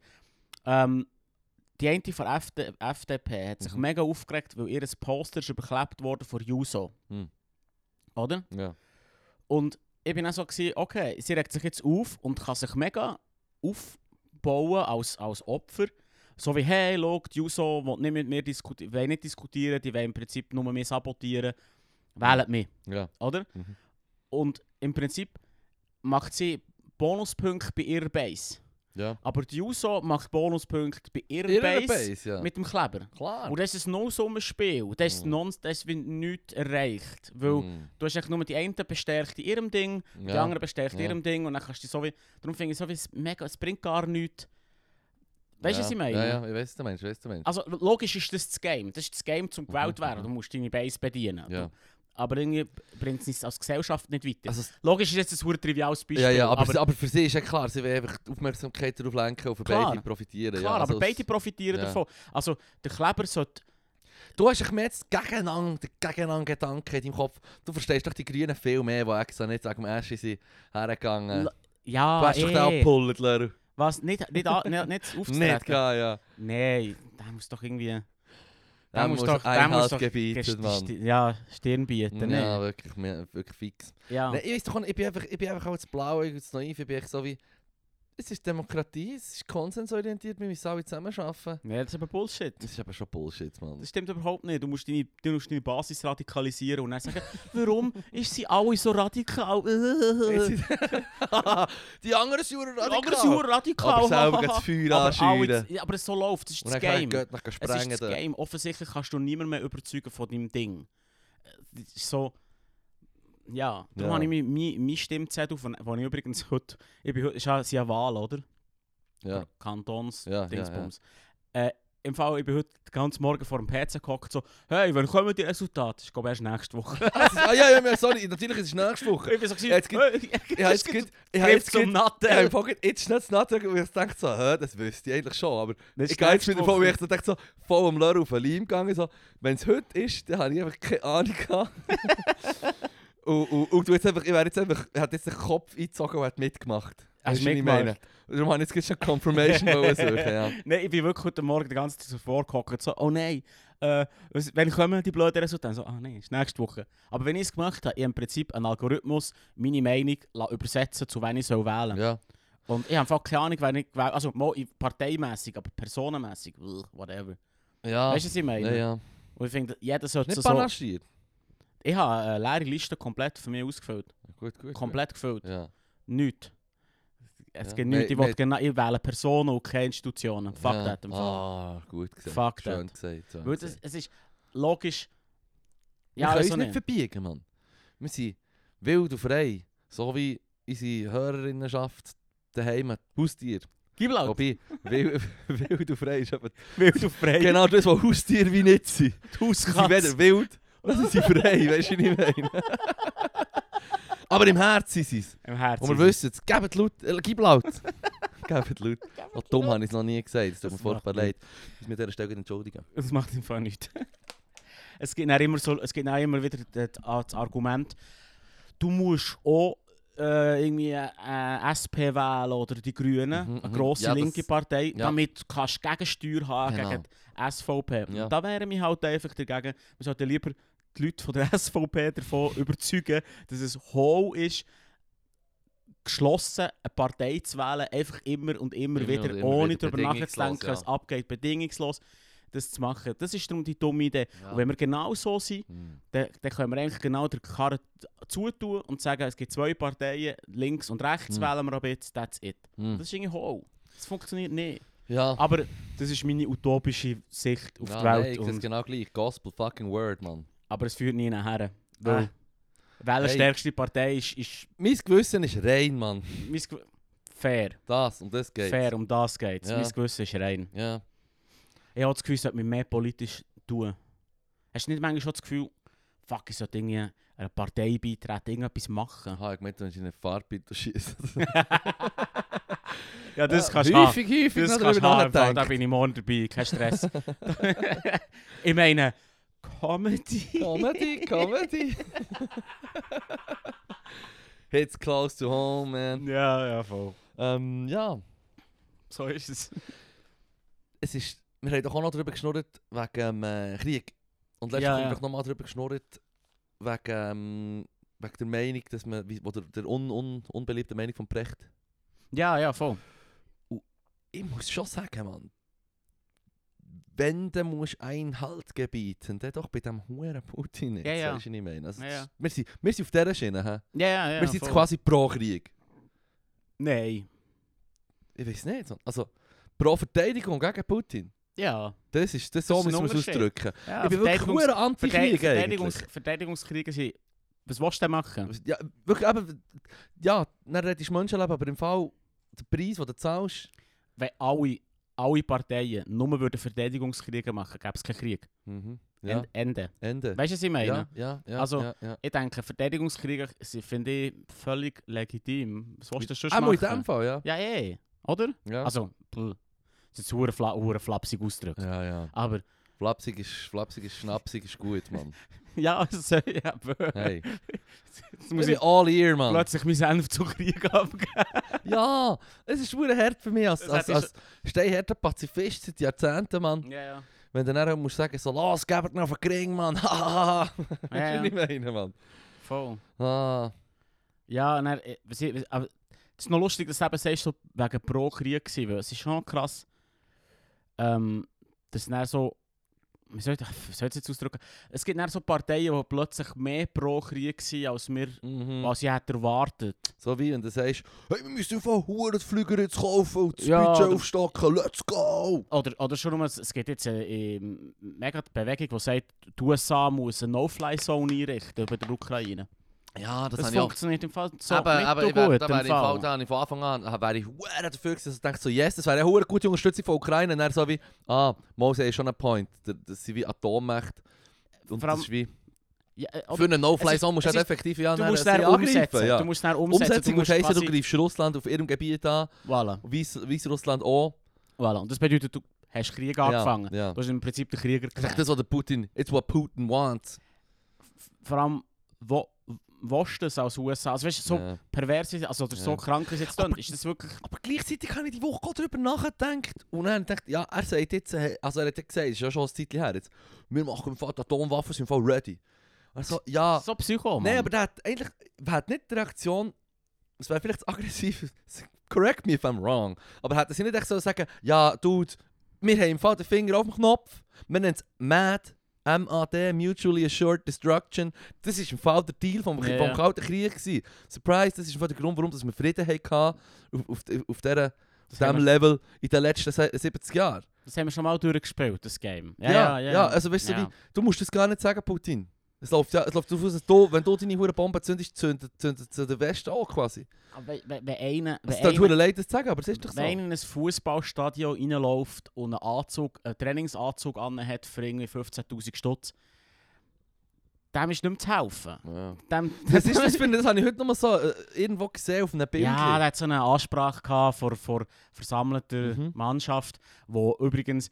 Die eine von FDP hat sich Mhm. mega aufgeregt, weil ihr Poster ist überklebt wurde von Juso. Mhm. Oder? Ja. Und ich bin auch so gewesen, okay, sie regt sich jetzt auf und kann sich mega aufbauen als Opfer. So wie, hey, schau, die Juso will nicht mit mir diskutieren, die wollen im Prinzip nur mehr sabotieren. Wählt mich, Ja. oder? Mhm. Und im Prinzip macht sie Bonuspunkte bei ihrer Base. Ja. Aber die Juso macht Bonuspunkte bei ihrer Ihre Base, ja. mit dem Kleber. Klar. Und das ist ein No-Summer-Spiel. Das ist, Mhm. das ist wie nichts erreicht. Weil du hast eigentlich nur die einen bestärkt in ihrem Ding, die anderen bestärkt in Ja. ihrem Ding und dann kannst du so wie... Darum finde ich so wie es bringt gar nichts. Weißt du, was ich meine? Ja, ja, ich weiß, was du meinst. Also logisch ist das Game. Das ist das Game zum gewählt Mhm, werden. mhm. Du musst deine Base bedienen. Ja. Aber irgendwie bringt es uns als Gesellschaft nicht weiter. Also, Logisch ist jetzt ein verdammt triviales Beispiel. ja, aber für sie ist ja klar, sie will einfach die Aufmerksamkeit darauf lenken und für Klar. beide profitieren. klar, ja, also aber beide profitieren ja. davon. Also der Kleber sollte... Du hast dich mehr jetzt gegeneinander Gedanken in deinem Kopf. Du verstehst doch die Grünen viel mehr, die extra nicht wegen dem Aschi sind hergegangen. Ja, Du hast doch den abgepullt, Leru. Was? Nicht aufzutreten? Nicht geil, ja. Nein, der muss doch irgendwie... Der muss doch Einhalt gebieten, Mann. Ja, Stirn bieten. Ja, wirklich fix. Ja. Nee, ich weiss doch nicht, ich bin einfach auch zu blau, zu naiv, ich bin echt so wie... Es ist Demokratie, es ist konsensorientiert, wir müssen alle zusammen arbeiten. Ja, das ist aber Bullshit. Das ist aber schon Bullshit, Mann. Das stimmt überhaupt nicht. Du musst deine Basis radikalisieren und dann sagen, warum ist sie alle so radikal? Die anderen sind radikal. Die anderen sind radikal. Aber selber das Feuer anschüren. Aber so läuft, das ist das Und Game. dann Es sprengen. ist das Game. Offensichtlich kannst du niemand mehr überzeugen von deinem Ding. Das ist so... Ja, darum habe ich mein Stimmzettel, wo ich übrigens heute... Es ist ja Wahl, oder? Ja. Kantons-Dingsbums. Im Fall, ich bin heute den ganzen Morgen vor dem PC gehockt, so, hey, wann kommen die Resultate? Ich glaube erst nächste Woche. Sorry, natürlich ist es nächste Woche. Ich bin so jetzt zum Natten. Jetzt schnell zu Natten und ich dachte so, das wüsste ich eigentlich schon, aber Das ich gehe jetzt wieder voll, ich dachte so, voll am Lörr auf den Leim gegangen, so, wenn es heute ist, dann habe ich einfach keine Ahnung gehabt. und ich hätte jetzt den Kopf eingezogen und hätte mitgemacht. Hast du mitgemacht? Darum habe ich jetzt schon Confirmation suchen, ja. Nein, ich bin wirklich heute Morgen die ganze Zeit so vorgehockt, so, oh nein, wenn kommen die blöden Resultate? So, nein, ist nächste Woche. Aber wenn ich es gemacht habe, ich im Prinzip einen Algorithmus, meine Meinung übersetzen, zu wen ich soll wählen. Ja. Und ich habe einfach keine Ahnung, wenn ich wähle, also parteimässig, aber personenmässig, whatever. Ja. Weißt du, was ich meine? Ja. Und ich finde, jeder sollte Nicht so... panaschiert. Ich habe eine leere Liste komplett für mich ausgefüllt. Gut. Komplett gefüllt. Ja. Nichts. Es Ja. gibt nichts. Ich wähle Personen und keine Institutionen. Fuck ja. that im Fall. Ah, gut gesagt. Fuck Schön that. gesagt. Weil es ist logisch... Wir können uns also nicht verbiegen, Mann. Wir sind wild und frei. So wie unsere Hörerinnenschaft daheim, Haustier. Gib laut. Wobei, wild und frei ist aber Wild und frei. genau das, was Haustiere wie nicht sind. Die Sie sind weder wild, noch sind sie frei, weißt du, wie ich meine? Aber im Herzen sind sie es. Im Herzen. Und wir wissen es, gebt laut, gib laut. Gebt laut. Oh, dumm habe ich es noch nie gesagt, es tut mir Das furchtbar macht leid. Ich muss mir an dieser Stelle entschuldigen. Das macht im Fall nichts. Es gibt dann immer wieder das Argument, du musst auch irgendwie SP wählen oder die Grünen, eine grosse Ja, linke Partei, ja. damit kannst du Gegensteuer haben Genau. gegen die SVP. Ja. Und da wäre mich halt einfach dagegen, wir sollten lieber die Leute von der SVP davon überzeugen, dass es hohl ist, geschlossen eine Partei zu wählen, einfach immer und immer wieder, ohne darüber nachzudenken, was abgeht, bedingungslos das zu machen. Das ist darum die dumme Idee. Ja. Und wenn wir genau so sind, dann können wir eigentlich genau der Karre zutun und sagen, es gibt zwei Parteien, links und rechts wählen wir ab jetzt, that's it. Das ist irgendwie hohl. Das funktioniert nicht. Ja. Aber das ist meine utopische Sicht auf die Welt. Nein, ich sehe es genau gleich. Gospel fucking word, Mann. Aber es führt nie nachher. Weil welche stärkste Partei ist Mein Gewissen ist rein, Mann. fair. Das, um das geht's. Fair, um das geht es. Ja. Mein Gewissen ist rein. Ja. Ich habe das Gefühl, ich sollte mich mehr politisch tun. Hast du nicht manchmal schon das Gefühl, fuck, ich sollte irgendwie einer Partei beitreten, irgendetwas machen? Aha, ich meinte, wenn ich in eine Farbe schieße. Ja, das kannst du haben. Häufig Das noch kannst du darüber haben, da nachdenken. bin ich morgen dabei, kein Stress. Ich meine, Comedy. Comedy. It's close to home, man. Ja, voll. Ja, So ist es. wir haben doch auch noch darüber geschnurrt wegen Krieg. Und letztens haben wir doch nochmal darüber geschnurrt wegen der Meinung, dass man, oder der unbeliebten Meinung von Precht. Ja, voll. Ich muss schon sagen, Mann, wenn du musst Einhalt gebieten, dann doch bei dem huren Putin nicht. Ja. Weißt du, was ich meine? Also, Ja. wir sind auf dieser Schiene. He? Ja. Wir sind jetzt voll. quasi pro Krieg. Nein. Ich weiß nicht. Also, pro Verteidigung gegen Putin. Ja. Das so ist ein müssen wir es Unterschied. ausdrücken. Ja, Ich bin wirklich huren Anti-Krieg eigentlich. Verteidigungskriege sind... Was willst du denn machen? Ja, wirklich, eben, ja, dann rettest du Menschenleben, aber im Fall, der Preis, den du zahlst... Wenn alle Parteien nur würden Verteidigungskriege machen, gäbe es keinen Krieg. Ja. Ende. Ende. Weißt du, was ich meine? Ja. Also, ja. Ich denke, Verteidigungskriege finde ich völlig legitim. Was willst du schon Einmal in machen? dem Fall, ja. Ja, oder? Ja. Also, das ist jetzt verdammt flapsig ausgedrückt. Ja. Aber, Flapsig ist schnapsig ist gut, Mann. ja, also, ja, Hey. jetzt muss Ich ich bin all ear, Mann. plötzlich meinen Senf zu Krieg abgeben. Ja, es ist verdammt hart für mich als steinharter Pazifist seit Jahrzehnten, Mann. Ja. wenn du dann musst sagen, so, los, gebt mir auf den Ring, Mann, hahaha. Ja, Weisst du, was ich meine, Mann? Voll. Ah. Ja, und dann, aber es ist noch lustig, dass du eben sagst, so wegen Pro-Krieg war, weil es ist schon krass, dass dann so, wie soll ich es jetzt ausdrücken, es gibt dann so Parteien, die plötzlich mehr Pro-Krieg sind, als wir, was ich hätte erwartet. So wie wenn du sagst, hey, wir müssen einfach Hurenflüger jetzt kaufen und das Ja, Budget oder- aufstocken, let's go! Oder schon nur, es gibt jetzt mega die Bewegung, die sagt, die USA muss eine No-Fly-Zone einrichten über der Ukraine. Ja, das Das habe ich auch. funktioniert im Fall so Aber nicht so ich gut. da wäre ich Fall, da habe ich von Anfang an wäre ich hure dafür gewesen, dass ich dachte so, yes, das wäre eine hure gute Unterstützung von Ukraine. Und dann so wie, Mose ist schon ein Point, das sind wie Atommächte. Und Vor allem- das ist wie, Ja, für eine No-Fly-Zone musst du es halt ist- effektiv ja, du dann musst sie dann angreifen, umsetzen. ja. Du musst dann umsetzen. Umsetzung muss heißen, du quasi- greifst Russland auf ihrem Gebiet an, Voilà, Weißrussland auch. voilà. Und das bedeutet, du hast Krieg angefangen. Ja. Du hast im Prinzip den Krieger Das ist echt das, was der Putin, it's what Putin wants. Vor allem, wo willst du das als USA? Also weißt du, so Ja. pervers ist, also oder so Ja. krank ist jetzt dann, ist das wirklich... Aber gleichzeitig habe ich die Woche auch darüber nachgedacht. Und dann dachte ich, ja, er sagt jetzt, also er hat ja gesagt, es ist ja schon ein Zeitchen her jetzt, wir machen im Fall die Atomwaffen, sind im Fall ready. Also, ja, So Psycho, Mann. nein, aber der hat eigentlich, hat nicht die Reaktion, es wäre vielleicht zu aggressiv, correct me if I'm wrong, aber hat er sich nicht echt so sagen, ja, Dude, wir haben im Fall den Finger auf dem Knopf, wir nennen es MAD, MAD, Mutually Assured Destruction. Das ist im Fall der Deal vom Ja. Kalten Krieg gewesen. Surprise, das ist im Fall der Grund, warum wir Frieden hatten auf Das haben diesem wir- Level in den letzten 70 Jahren. Das haben wir schon mal durchgespielt, das Game. Ja, also weißt du, Ja. wie, du musst das gar nicht sagen, Putin. Es läuft darauf aus, dass du, wenn du deine hure Bombe zündest, zündet der Westen auch quasi. Aber wenn einer... Es tut hure leid, das zu sagen, aber es ist doch so. Wenn einer in ein Fußballstadion reinläuft und einen Trainingsanzug anhat für irgendwie 15'000 Stutz, dem ist nicht mehr zu helfen. Ja. Dem, Das habe ich heute noch mal so irgendwo gesehen auf einem Bild. ja, der hat so eine Ansprache gehabt vor versammelter Mhm. Mannschaft, wo übrigens,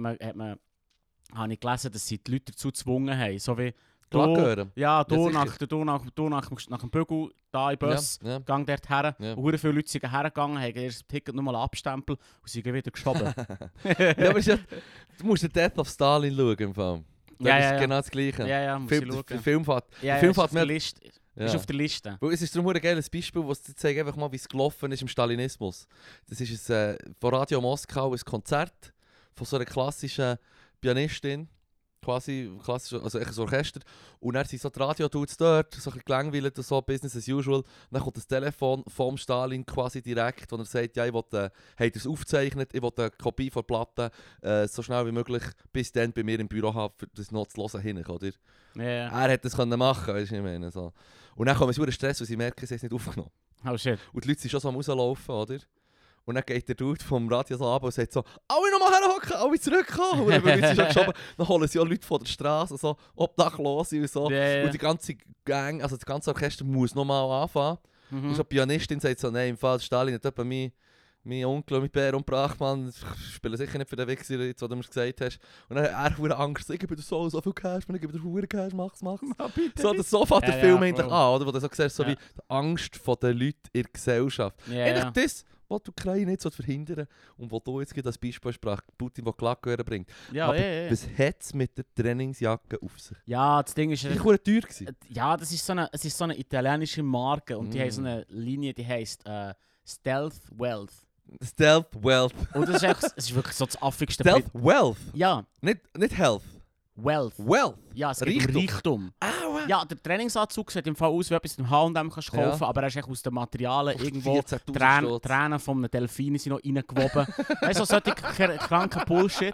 habe ich gelesen, dass sie die Leute dazu gezwungen haben, so wie Glockenhören. ja, du Ja, nach dem Bügel, da im Bus, Ja. gang dort her. Ja. Und hure viele Leute sind hergegangen, haben erst das Ticket nochmal abstempelt und sind wieder geschoben. Ja, aber es ist ja, du musst den Death of Stalin schauen im Film. Das Ja, ist ja, ja. genau das Gleiche. Ja, muss ich schauen. Der Film fährt. Ja, der Film ist auf fährt der mir- Liste. Ja. Ist auf der Liste. Weil es ist darum ein geiles Beispiel, wo es zeigt einfach mal, wie es gelaufen ist im Stalinismus. Das ist von Radio Moskau ein Konzert von so einer klassischen Pianistin, quasi klassisch, also echt ein Orchester. Und dann sind so die Radio-Dudes dort, so ein bisschen gelangweilt und so, Business as usual. Und dann kommt das Telefon vom Stalin quasi direkt, wo er sagt, ja, ich will, habt ihr es aufgezeichnet, ich will eine Kopie von der Platte so schnell wie möglich bis dann bei mir im Büro haben, für das noch zu hören hin, oder? Ja, ja. Er hätte das können machen, weißt du, was ich meine, so. Und dann kommen sie in Stress, weil sie merken, sie haben es nicht aufgenommen. Oh shit. Und die Leute sind schon so am rauslaufen, oder? Und dann geht der Dude vom Radio so ab und sagt so, alle nochmal herhocken, alle zurückkommen. Und dann werden sie schon geschoben. Dann holen sie auch Leute von der Straße, so Obdachlose und so. Ja, ja. Und die ganze Gang, also das ganze Orchester muss nochmal anfangen. Und Mhm. so die Pianistin sagt so, nein, im Fall Stalin hat etwa mein Onkel und mein Bär umgebracht, Mann. Ich spiele sicher nicht für den Wichser, jetzt, was du mir gesagt hast. Und dann hat er verdammt Angst, ich gebe dir so viel Cash, man, ich gebe dir verdammt Cash, mach's. So, so fängt der Ja, Film ja, endlich voll. an, oder? Wo du so siehst, so Ja. wie die Angst der Leute in der Gesellschaft. Ja, Eigentlich ja. das, was die Ukraine nicht verhindern und wo du jetzt gerade als Beispiel sprach, Putin, der Glockenhörer bringt. Ja, Aber ja, ja. was hat es mit der Trainingsjacke auf sich? Ja, das Ding ist... Das war teuer gewesen. Ja, das ist es ist so eine italienische Marke und die haben so eine Linie, die heisst Stealth Wealth. Stealth Wealth. Und das ist, echt, es ist wirklich so das affigste... Stealth Wealth. Ja, Nicht Health. Wealth. Wealth. Ja, es geht um Reichtum. Aua. Ja, der Trainingsanzug sieht im Fall aus, wie etwas im H&M kannst Ja. kaufen, aber er ist echt aus den Materialien Kostet irgendwo... 14'000 Stutz. Tränen von einem Delfin sind noch reingewoben. Weißt du, solche kranken Bullshit.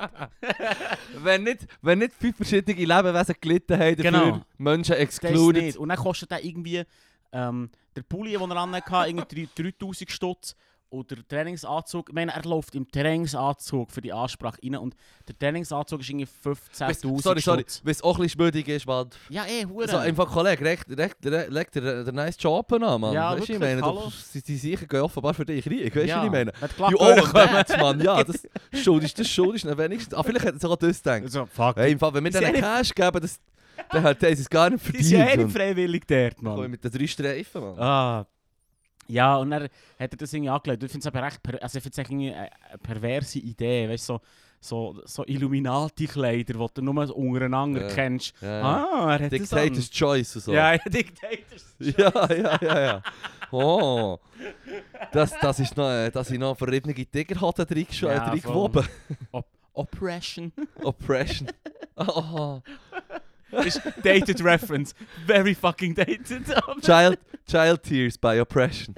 Wenn nicht 5 verschiedene Lebewesen gelitten haben, dafür Genau. Menschen Das excluded. nicht. Und dann kostet er irgendwie der Pulli, den er hatte, irgendwie 3000 Stutz. Und der Trainingsanzug, ich meine, er läuft im Trainingsanzug für die Ansprache rein und der Trainingsanzug ist irgendwie 15'000 Sorry, Stutz. weil es auch ein bisschen schmüdig ist, weil Ja, hure. so, einfach Kollege, leg dir den nice Job an, Mann. Ja, Weißt du, ich wirklich, meine, hallo. die sicher gehen offenbar für dich Krieg, weißt du, ja. was ich meine? Hat You Glockenhörer owe that, Mann, ja, das schuldest dann wenigstens. Vielleicht hätte er auch das gedacht. Also, fuck. Hey, im Fall, wenn wir Die sind denen ja Cash geben, dann hat er es gar nicht Die sind ja verdient. nicht freiwillig dort, Mann. Mann. Mit den 3 Streifen, Mann. Ah. Ja, und dann hat er das irgendwie angelegt. Ich finde es aber echt, also ich finde es irgendwie eine perverse Idee, weißt du, so Illuminati-Kleider, die du nur untereinander kennst. Ja. Ah, er hat das an. Dictator's Choice und so. Ja, Dictators. Ja. Oh. Das ist noch, dass ich noch verriebene Tigerhoden reingewoben. Oppression. Oppression. Oh. Ist dated reference. Very fucking dated. Child Tears by Oppression.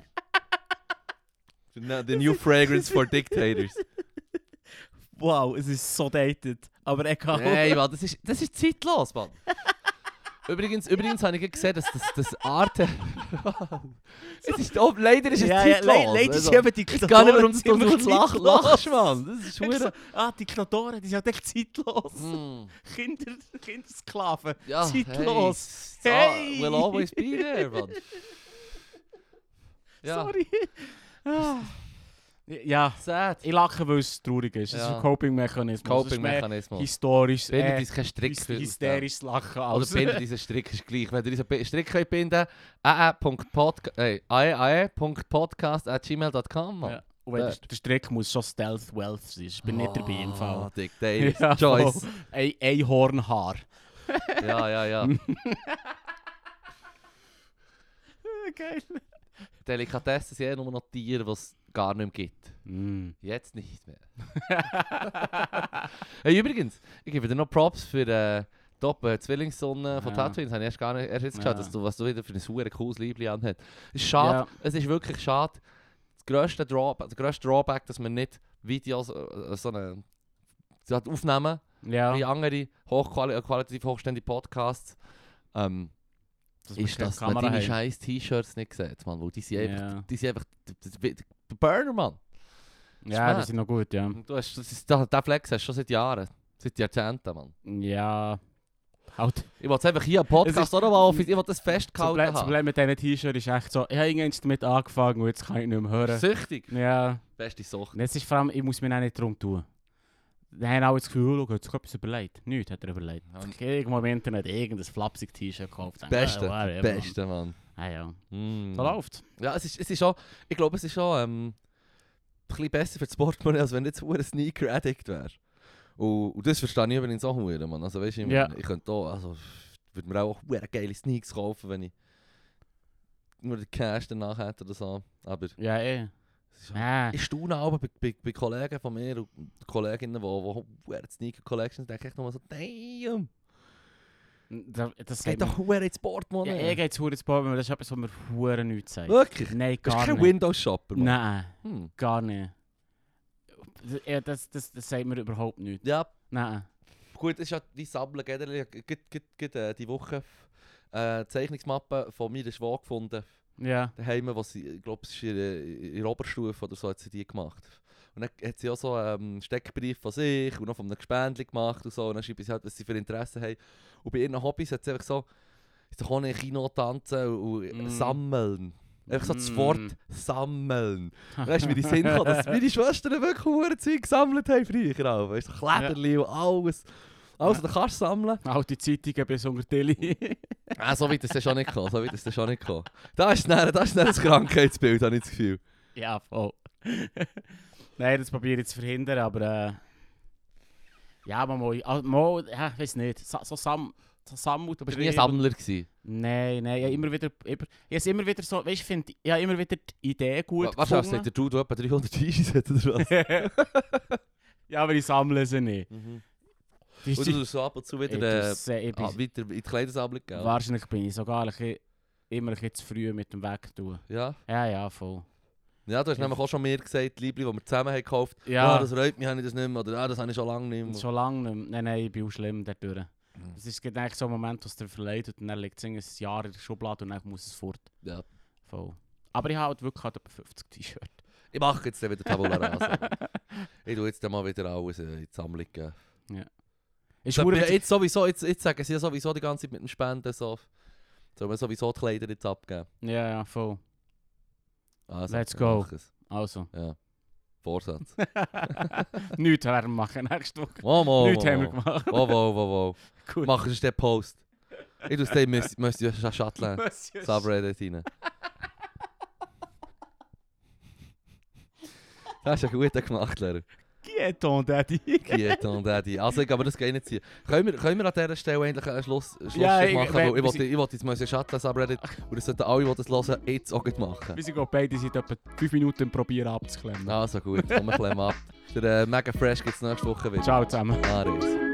The new fragrance for dictators. Wow, es ist so dated. Aber egal. Hey, Mann, das ist zeitlos, Mann. Übrigens habe ich gesehen, dass das Arte... leider ist es zeitlos. Leider ist eben die Ich weiß gar nicht, warum du ziemlich so lachst, Mann. Das ist so, Diktatoren, die sind halt echt zeitlos. Kindersklaven, Ja, zeitlos. Hey. Will always be there, Mann. Ja. Sorry. Ja, Sad. ich lache, weil es traurig ist. Es ist ein Coping-Mechanismus. Coping-Mechanismus. Historisch, Bindet uns kein Strick. hysterisches Lachen. Oder Als. bindet diesen Strick, ist gleich. Wenn ihr diesen Strick könnt binden ae.podcast@gmail.com, Mann. Ja. Und wenn der Strick muss schon Stealth Wealth sein. Ich bin nicht dabei im Fall. Dictators Ja, Choice. Ein Hornhaar. Ja. Geil. Delikatessen sind nur noch Tiere, die es gar nicht mehr gibt. Mm. Jetzt nicht mehr. Hey, übrigens, ich gebe dir noch Props für Top Zwillingssonne von Tatooine. Das habe ich erst jetzt geschaut, was du wieder für ein super cooles Liebling anhast. Es ist schade, Ja. es ist wirklich schade. Der grösste Drawback, dass man nicht Videos aufnehmen, wie andere qualitativ hochständige Podcasts, ist, dass man deine scheiß T-Shirts nicht sieht, Mann, weil die sind einfach der Burner, Mann. Ja, die sind noch gut, ja. Der Flex hast du schon seit Jahren, seit Jahrzehnten, Mann. Ja, halt. Ich wollte es einfach hier am Podcast auch noch mal ich wollte das festgehalten Das haben. Problem mit diesen T-Shirts ist echt so, ich habe irgendwann damit angefangen und jetzt kann ich nicht mehr hören. Süchtig. Ja. Beste Sucht. Und jetzt ist vor allem, ich muss mir auch nicht darum tun. Dann haben alle das Gefühl, oh, hat sich etwas überlegt. Nichts hat er überlegt. Irgendwo im Internet irgendein flapsig T-Shirt gekauft. Beste, Mann. Ah ja. Mm. So läuft. Ja, es ist schon, ich glaube, es ist schon ein bisschen besser für das Portemonnaie, als wenn du jetzt ein Sneaker-Addict wärst. Und das verstehe ich übrigens auch wieder, Mann. Also weißt du, ich könnte auch, also würde mir auch geile Sneaks kaufen, wenn ich nur den Cash danach hätte oder so. Aber ja, ich staune auch bei Kollegen von mir und Kolleginnen, die Sneaker Collections, denke ich nochmal so, damn! Das geht doch verdammt ins Portemonnaie. Ja, geht ins Portemonnaie, das ist etwas, was mir verdammt nichts sagt. Wirklich? Nein, gar nicht. Du bist kein Windows-Shopper, Mann? Nein, gar nicht. Das sagt mir überhaupt nichts. Ja. Nein. Gut, das ist ja die Sammeln generell. Die Woche Zeichnungsmappe von meiner Schwester gefunden. Ja. Daheim, ich glaube, es ist in der Oberstufe oder so, hat sie die gemacht. Und dann hat sie auch so einen Steckbrief von sich und noch von einem Gespendli gemacht und so. Und dann schreibt sie halt, was sie für Interessen haben. Und bei ihren Hobbys hat sie einfach so, ist doch auch nicht Kino, Tanzen und Sammeln. Einfach so das Wort sammeln. Weißt du, wie die Sinn gekommen, dass meine Schwestern wirklich hure Zeug gesammelt haben früher auch. Weißt du, Kleiderli und alles. Also, du kannst sammeln. Alte Zeitungen bis unter Tilly. So weit ist das schon nicht gekommen. Da ist dann ein Krankheitsbild, habe ich das Gefühl. Ja, voll. Nein, das probiere ich zu verhindern, aber ja, man muss, ich weiß nicht, so Sammelt. Du bist nie ein Sammler gewesen? Nein, ich habe immer wieder so, weißt du, ich habe immer wieder die Idee gut gefunden. Was hast du etwa 300 T-Shirts oder was? Ja, aber ich sammle sie nicht. Oder du so ab und zu wieder in die Kleidersammlung gehen? Wahrscheinlich bin ich sogar immer ein bisschen zu früh mit dem Weg tun. Ja? Ja, voll. Ja, du hast nämlich auch schon mir gesagt, Liebli, die wir zusammen haben gekauft haben, ja. Das reut mich, habe ich das nicht mehr, oder das habe ich schon lange nicht mehr. Schon lange nicht mehr. Nein, ich bin auch schlimm dadurch. Es ist eigentlich so ein Moment, wo es dir verleidet und dann liegt es ein Jahr in der Schublade und dann muss es fort. Ja. Voll. Aber ich habe halt wirklich etwa 50 T-Shirts. Ich mache jetzt wieder Tabula Rasa. Ich tue jetzt mal wieder alles in die Sammlung geben. Ja. Jetzt sagen sie ja sowieso die ganze Zeit mit dem Spenden so. Sollen wir sowieso die Kleider jetzt abgeben? Ja, voll. Also, let's go. Also. Ja. Vorsatz. Nichts werden wir machen nächste Woche. Nichts haben wir gemacht. Wow. Machen Sie den Post. Ich tue es müsst ihr Schatteln. Subreddit rein. Das hast du gut gemacht, Lehrer. Qui est ton Daddy? Qui est ton Daddy? Also, aber das geht nicht ziehen. Können wir an dieser Stelle eigentlich einen Schlussstrich Ja, machen? Weil ich wollte jetzt mal ein Schatten-Subreddit und das sollten alle, die das hören, jetzt auch gut machen. Wir sind beide seit etwa 5 Minuten im Probieren abzuklemmen. Also gut, komm, wir klemmen ab. Der Mega Fresh gibt es nächste Woche wieder. Ciao zusammen. Aris.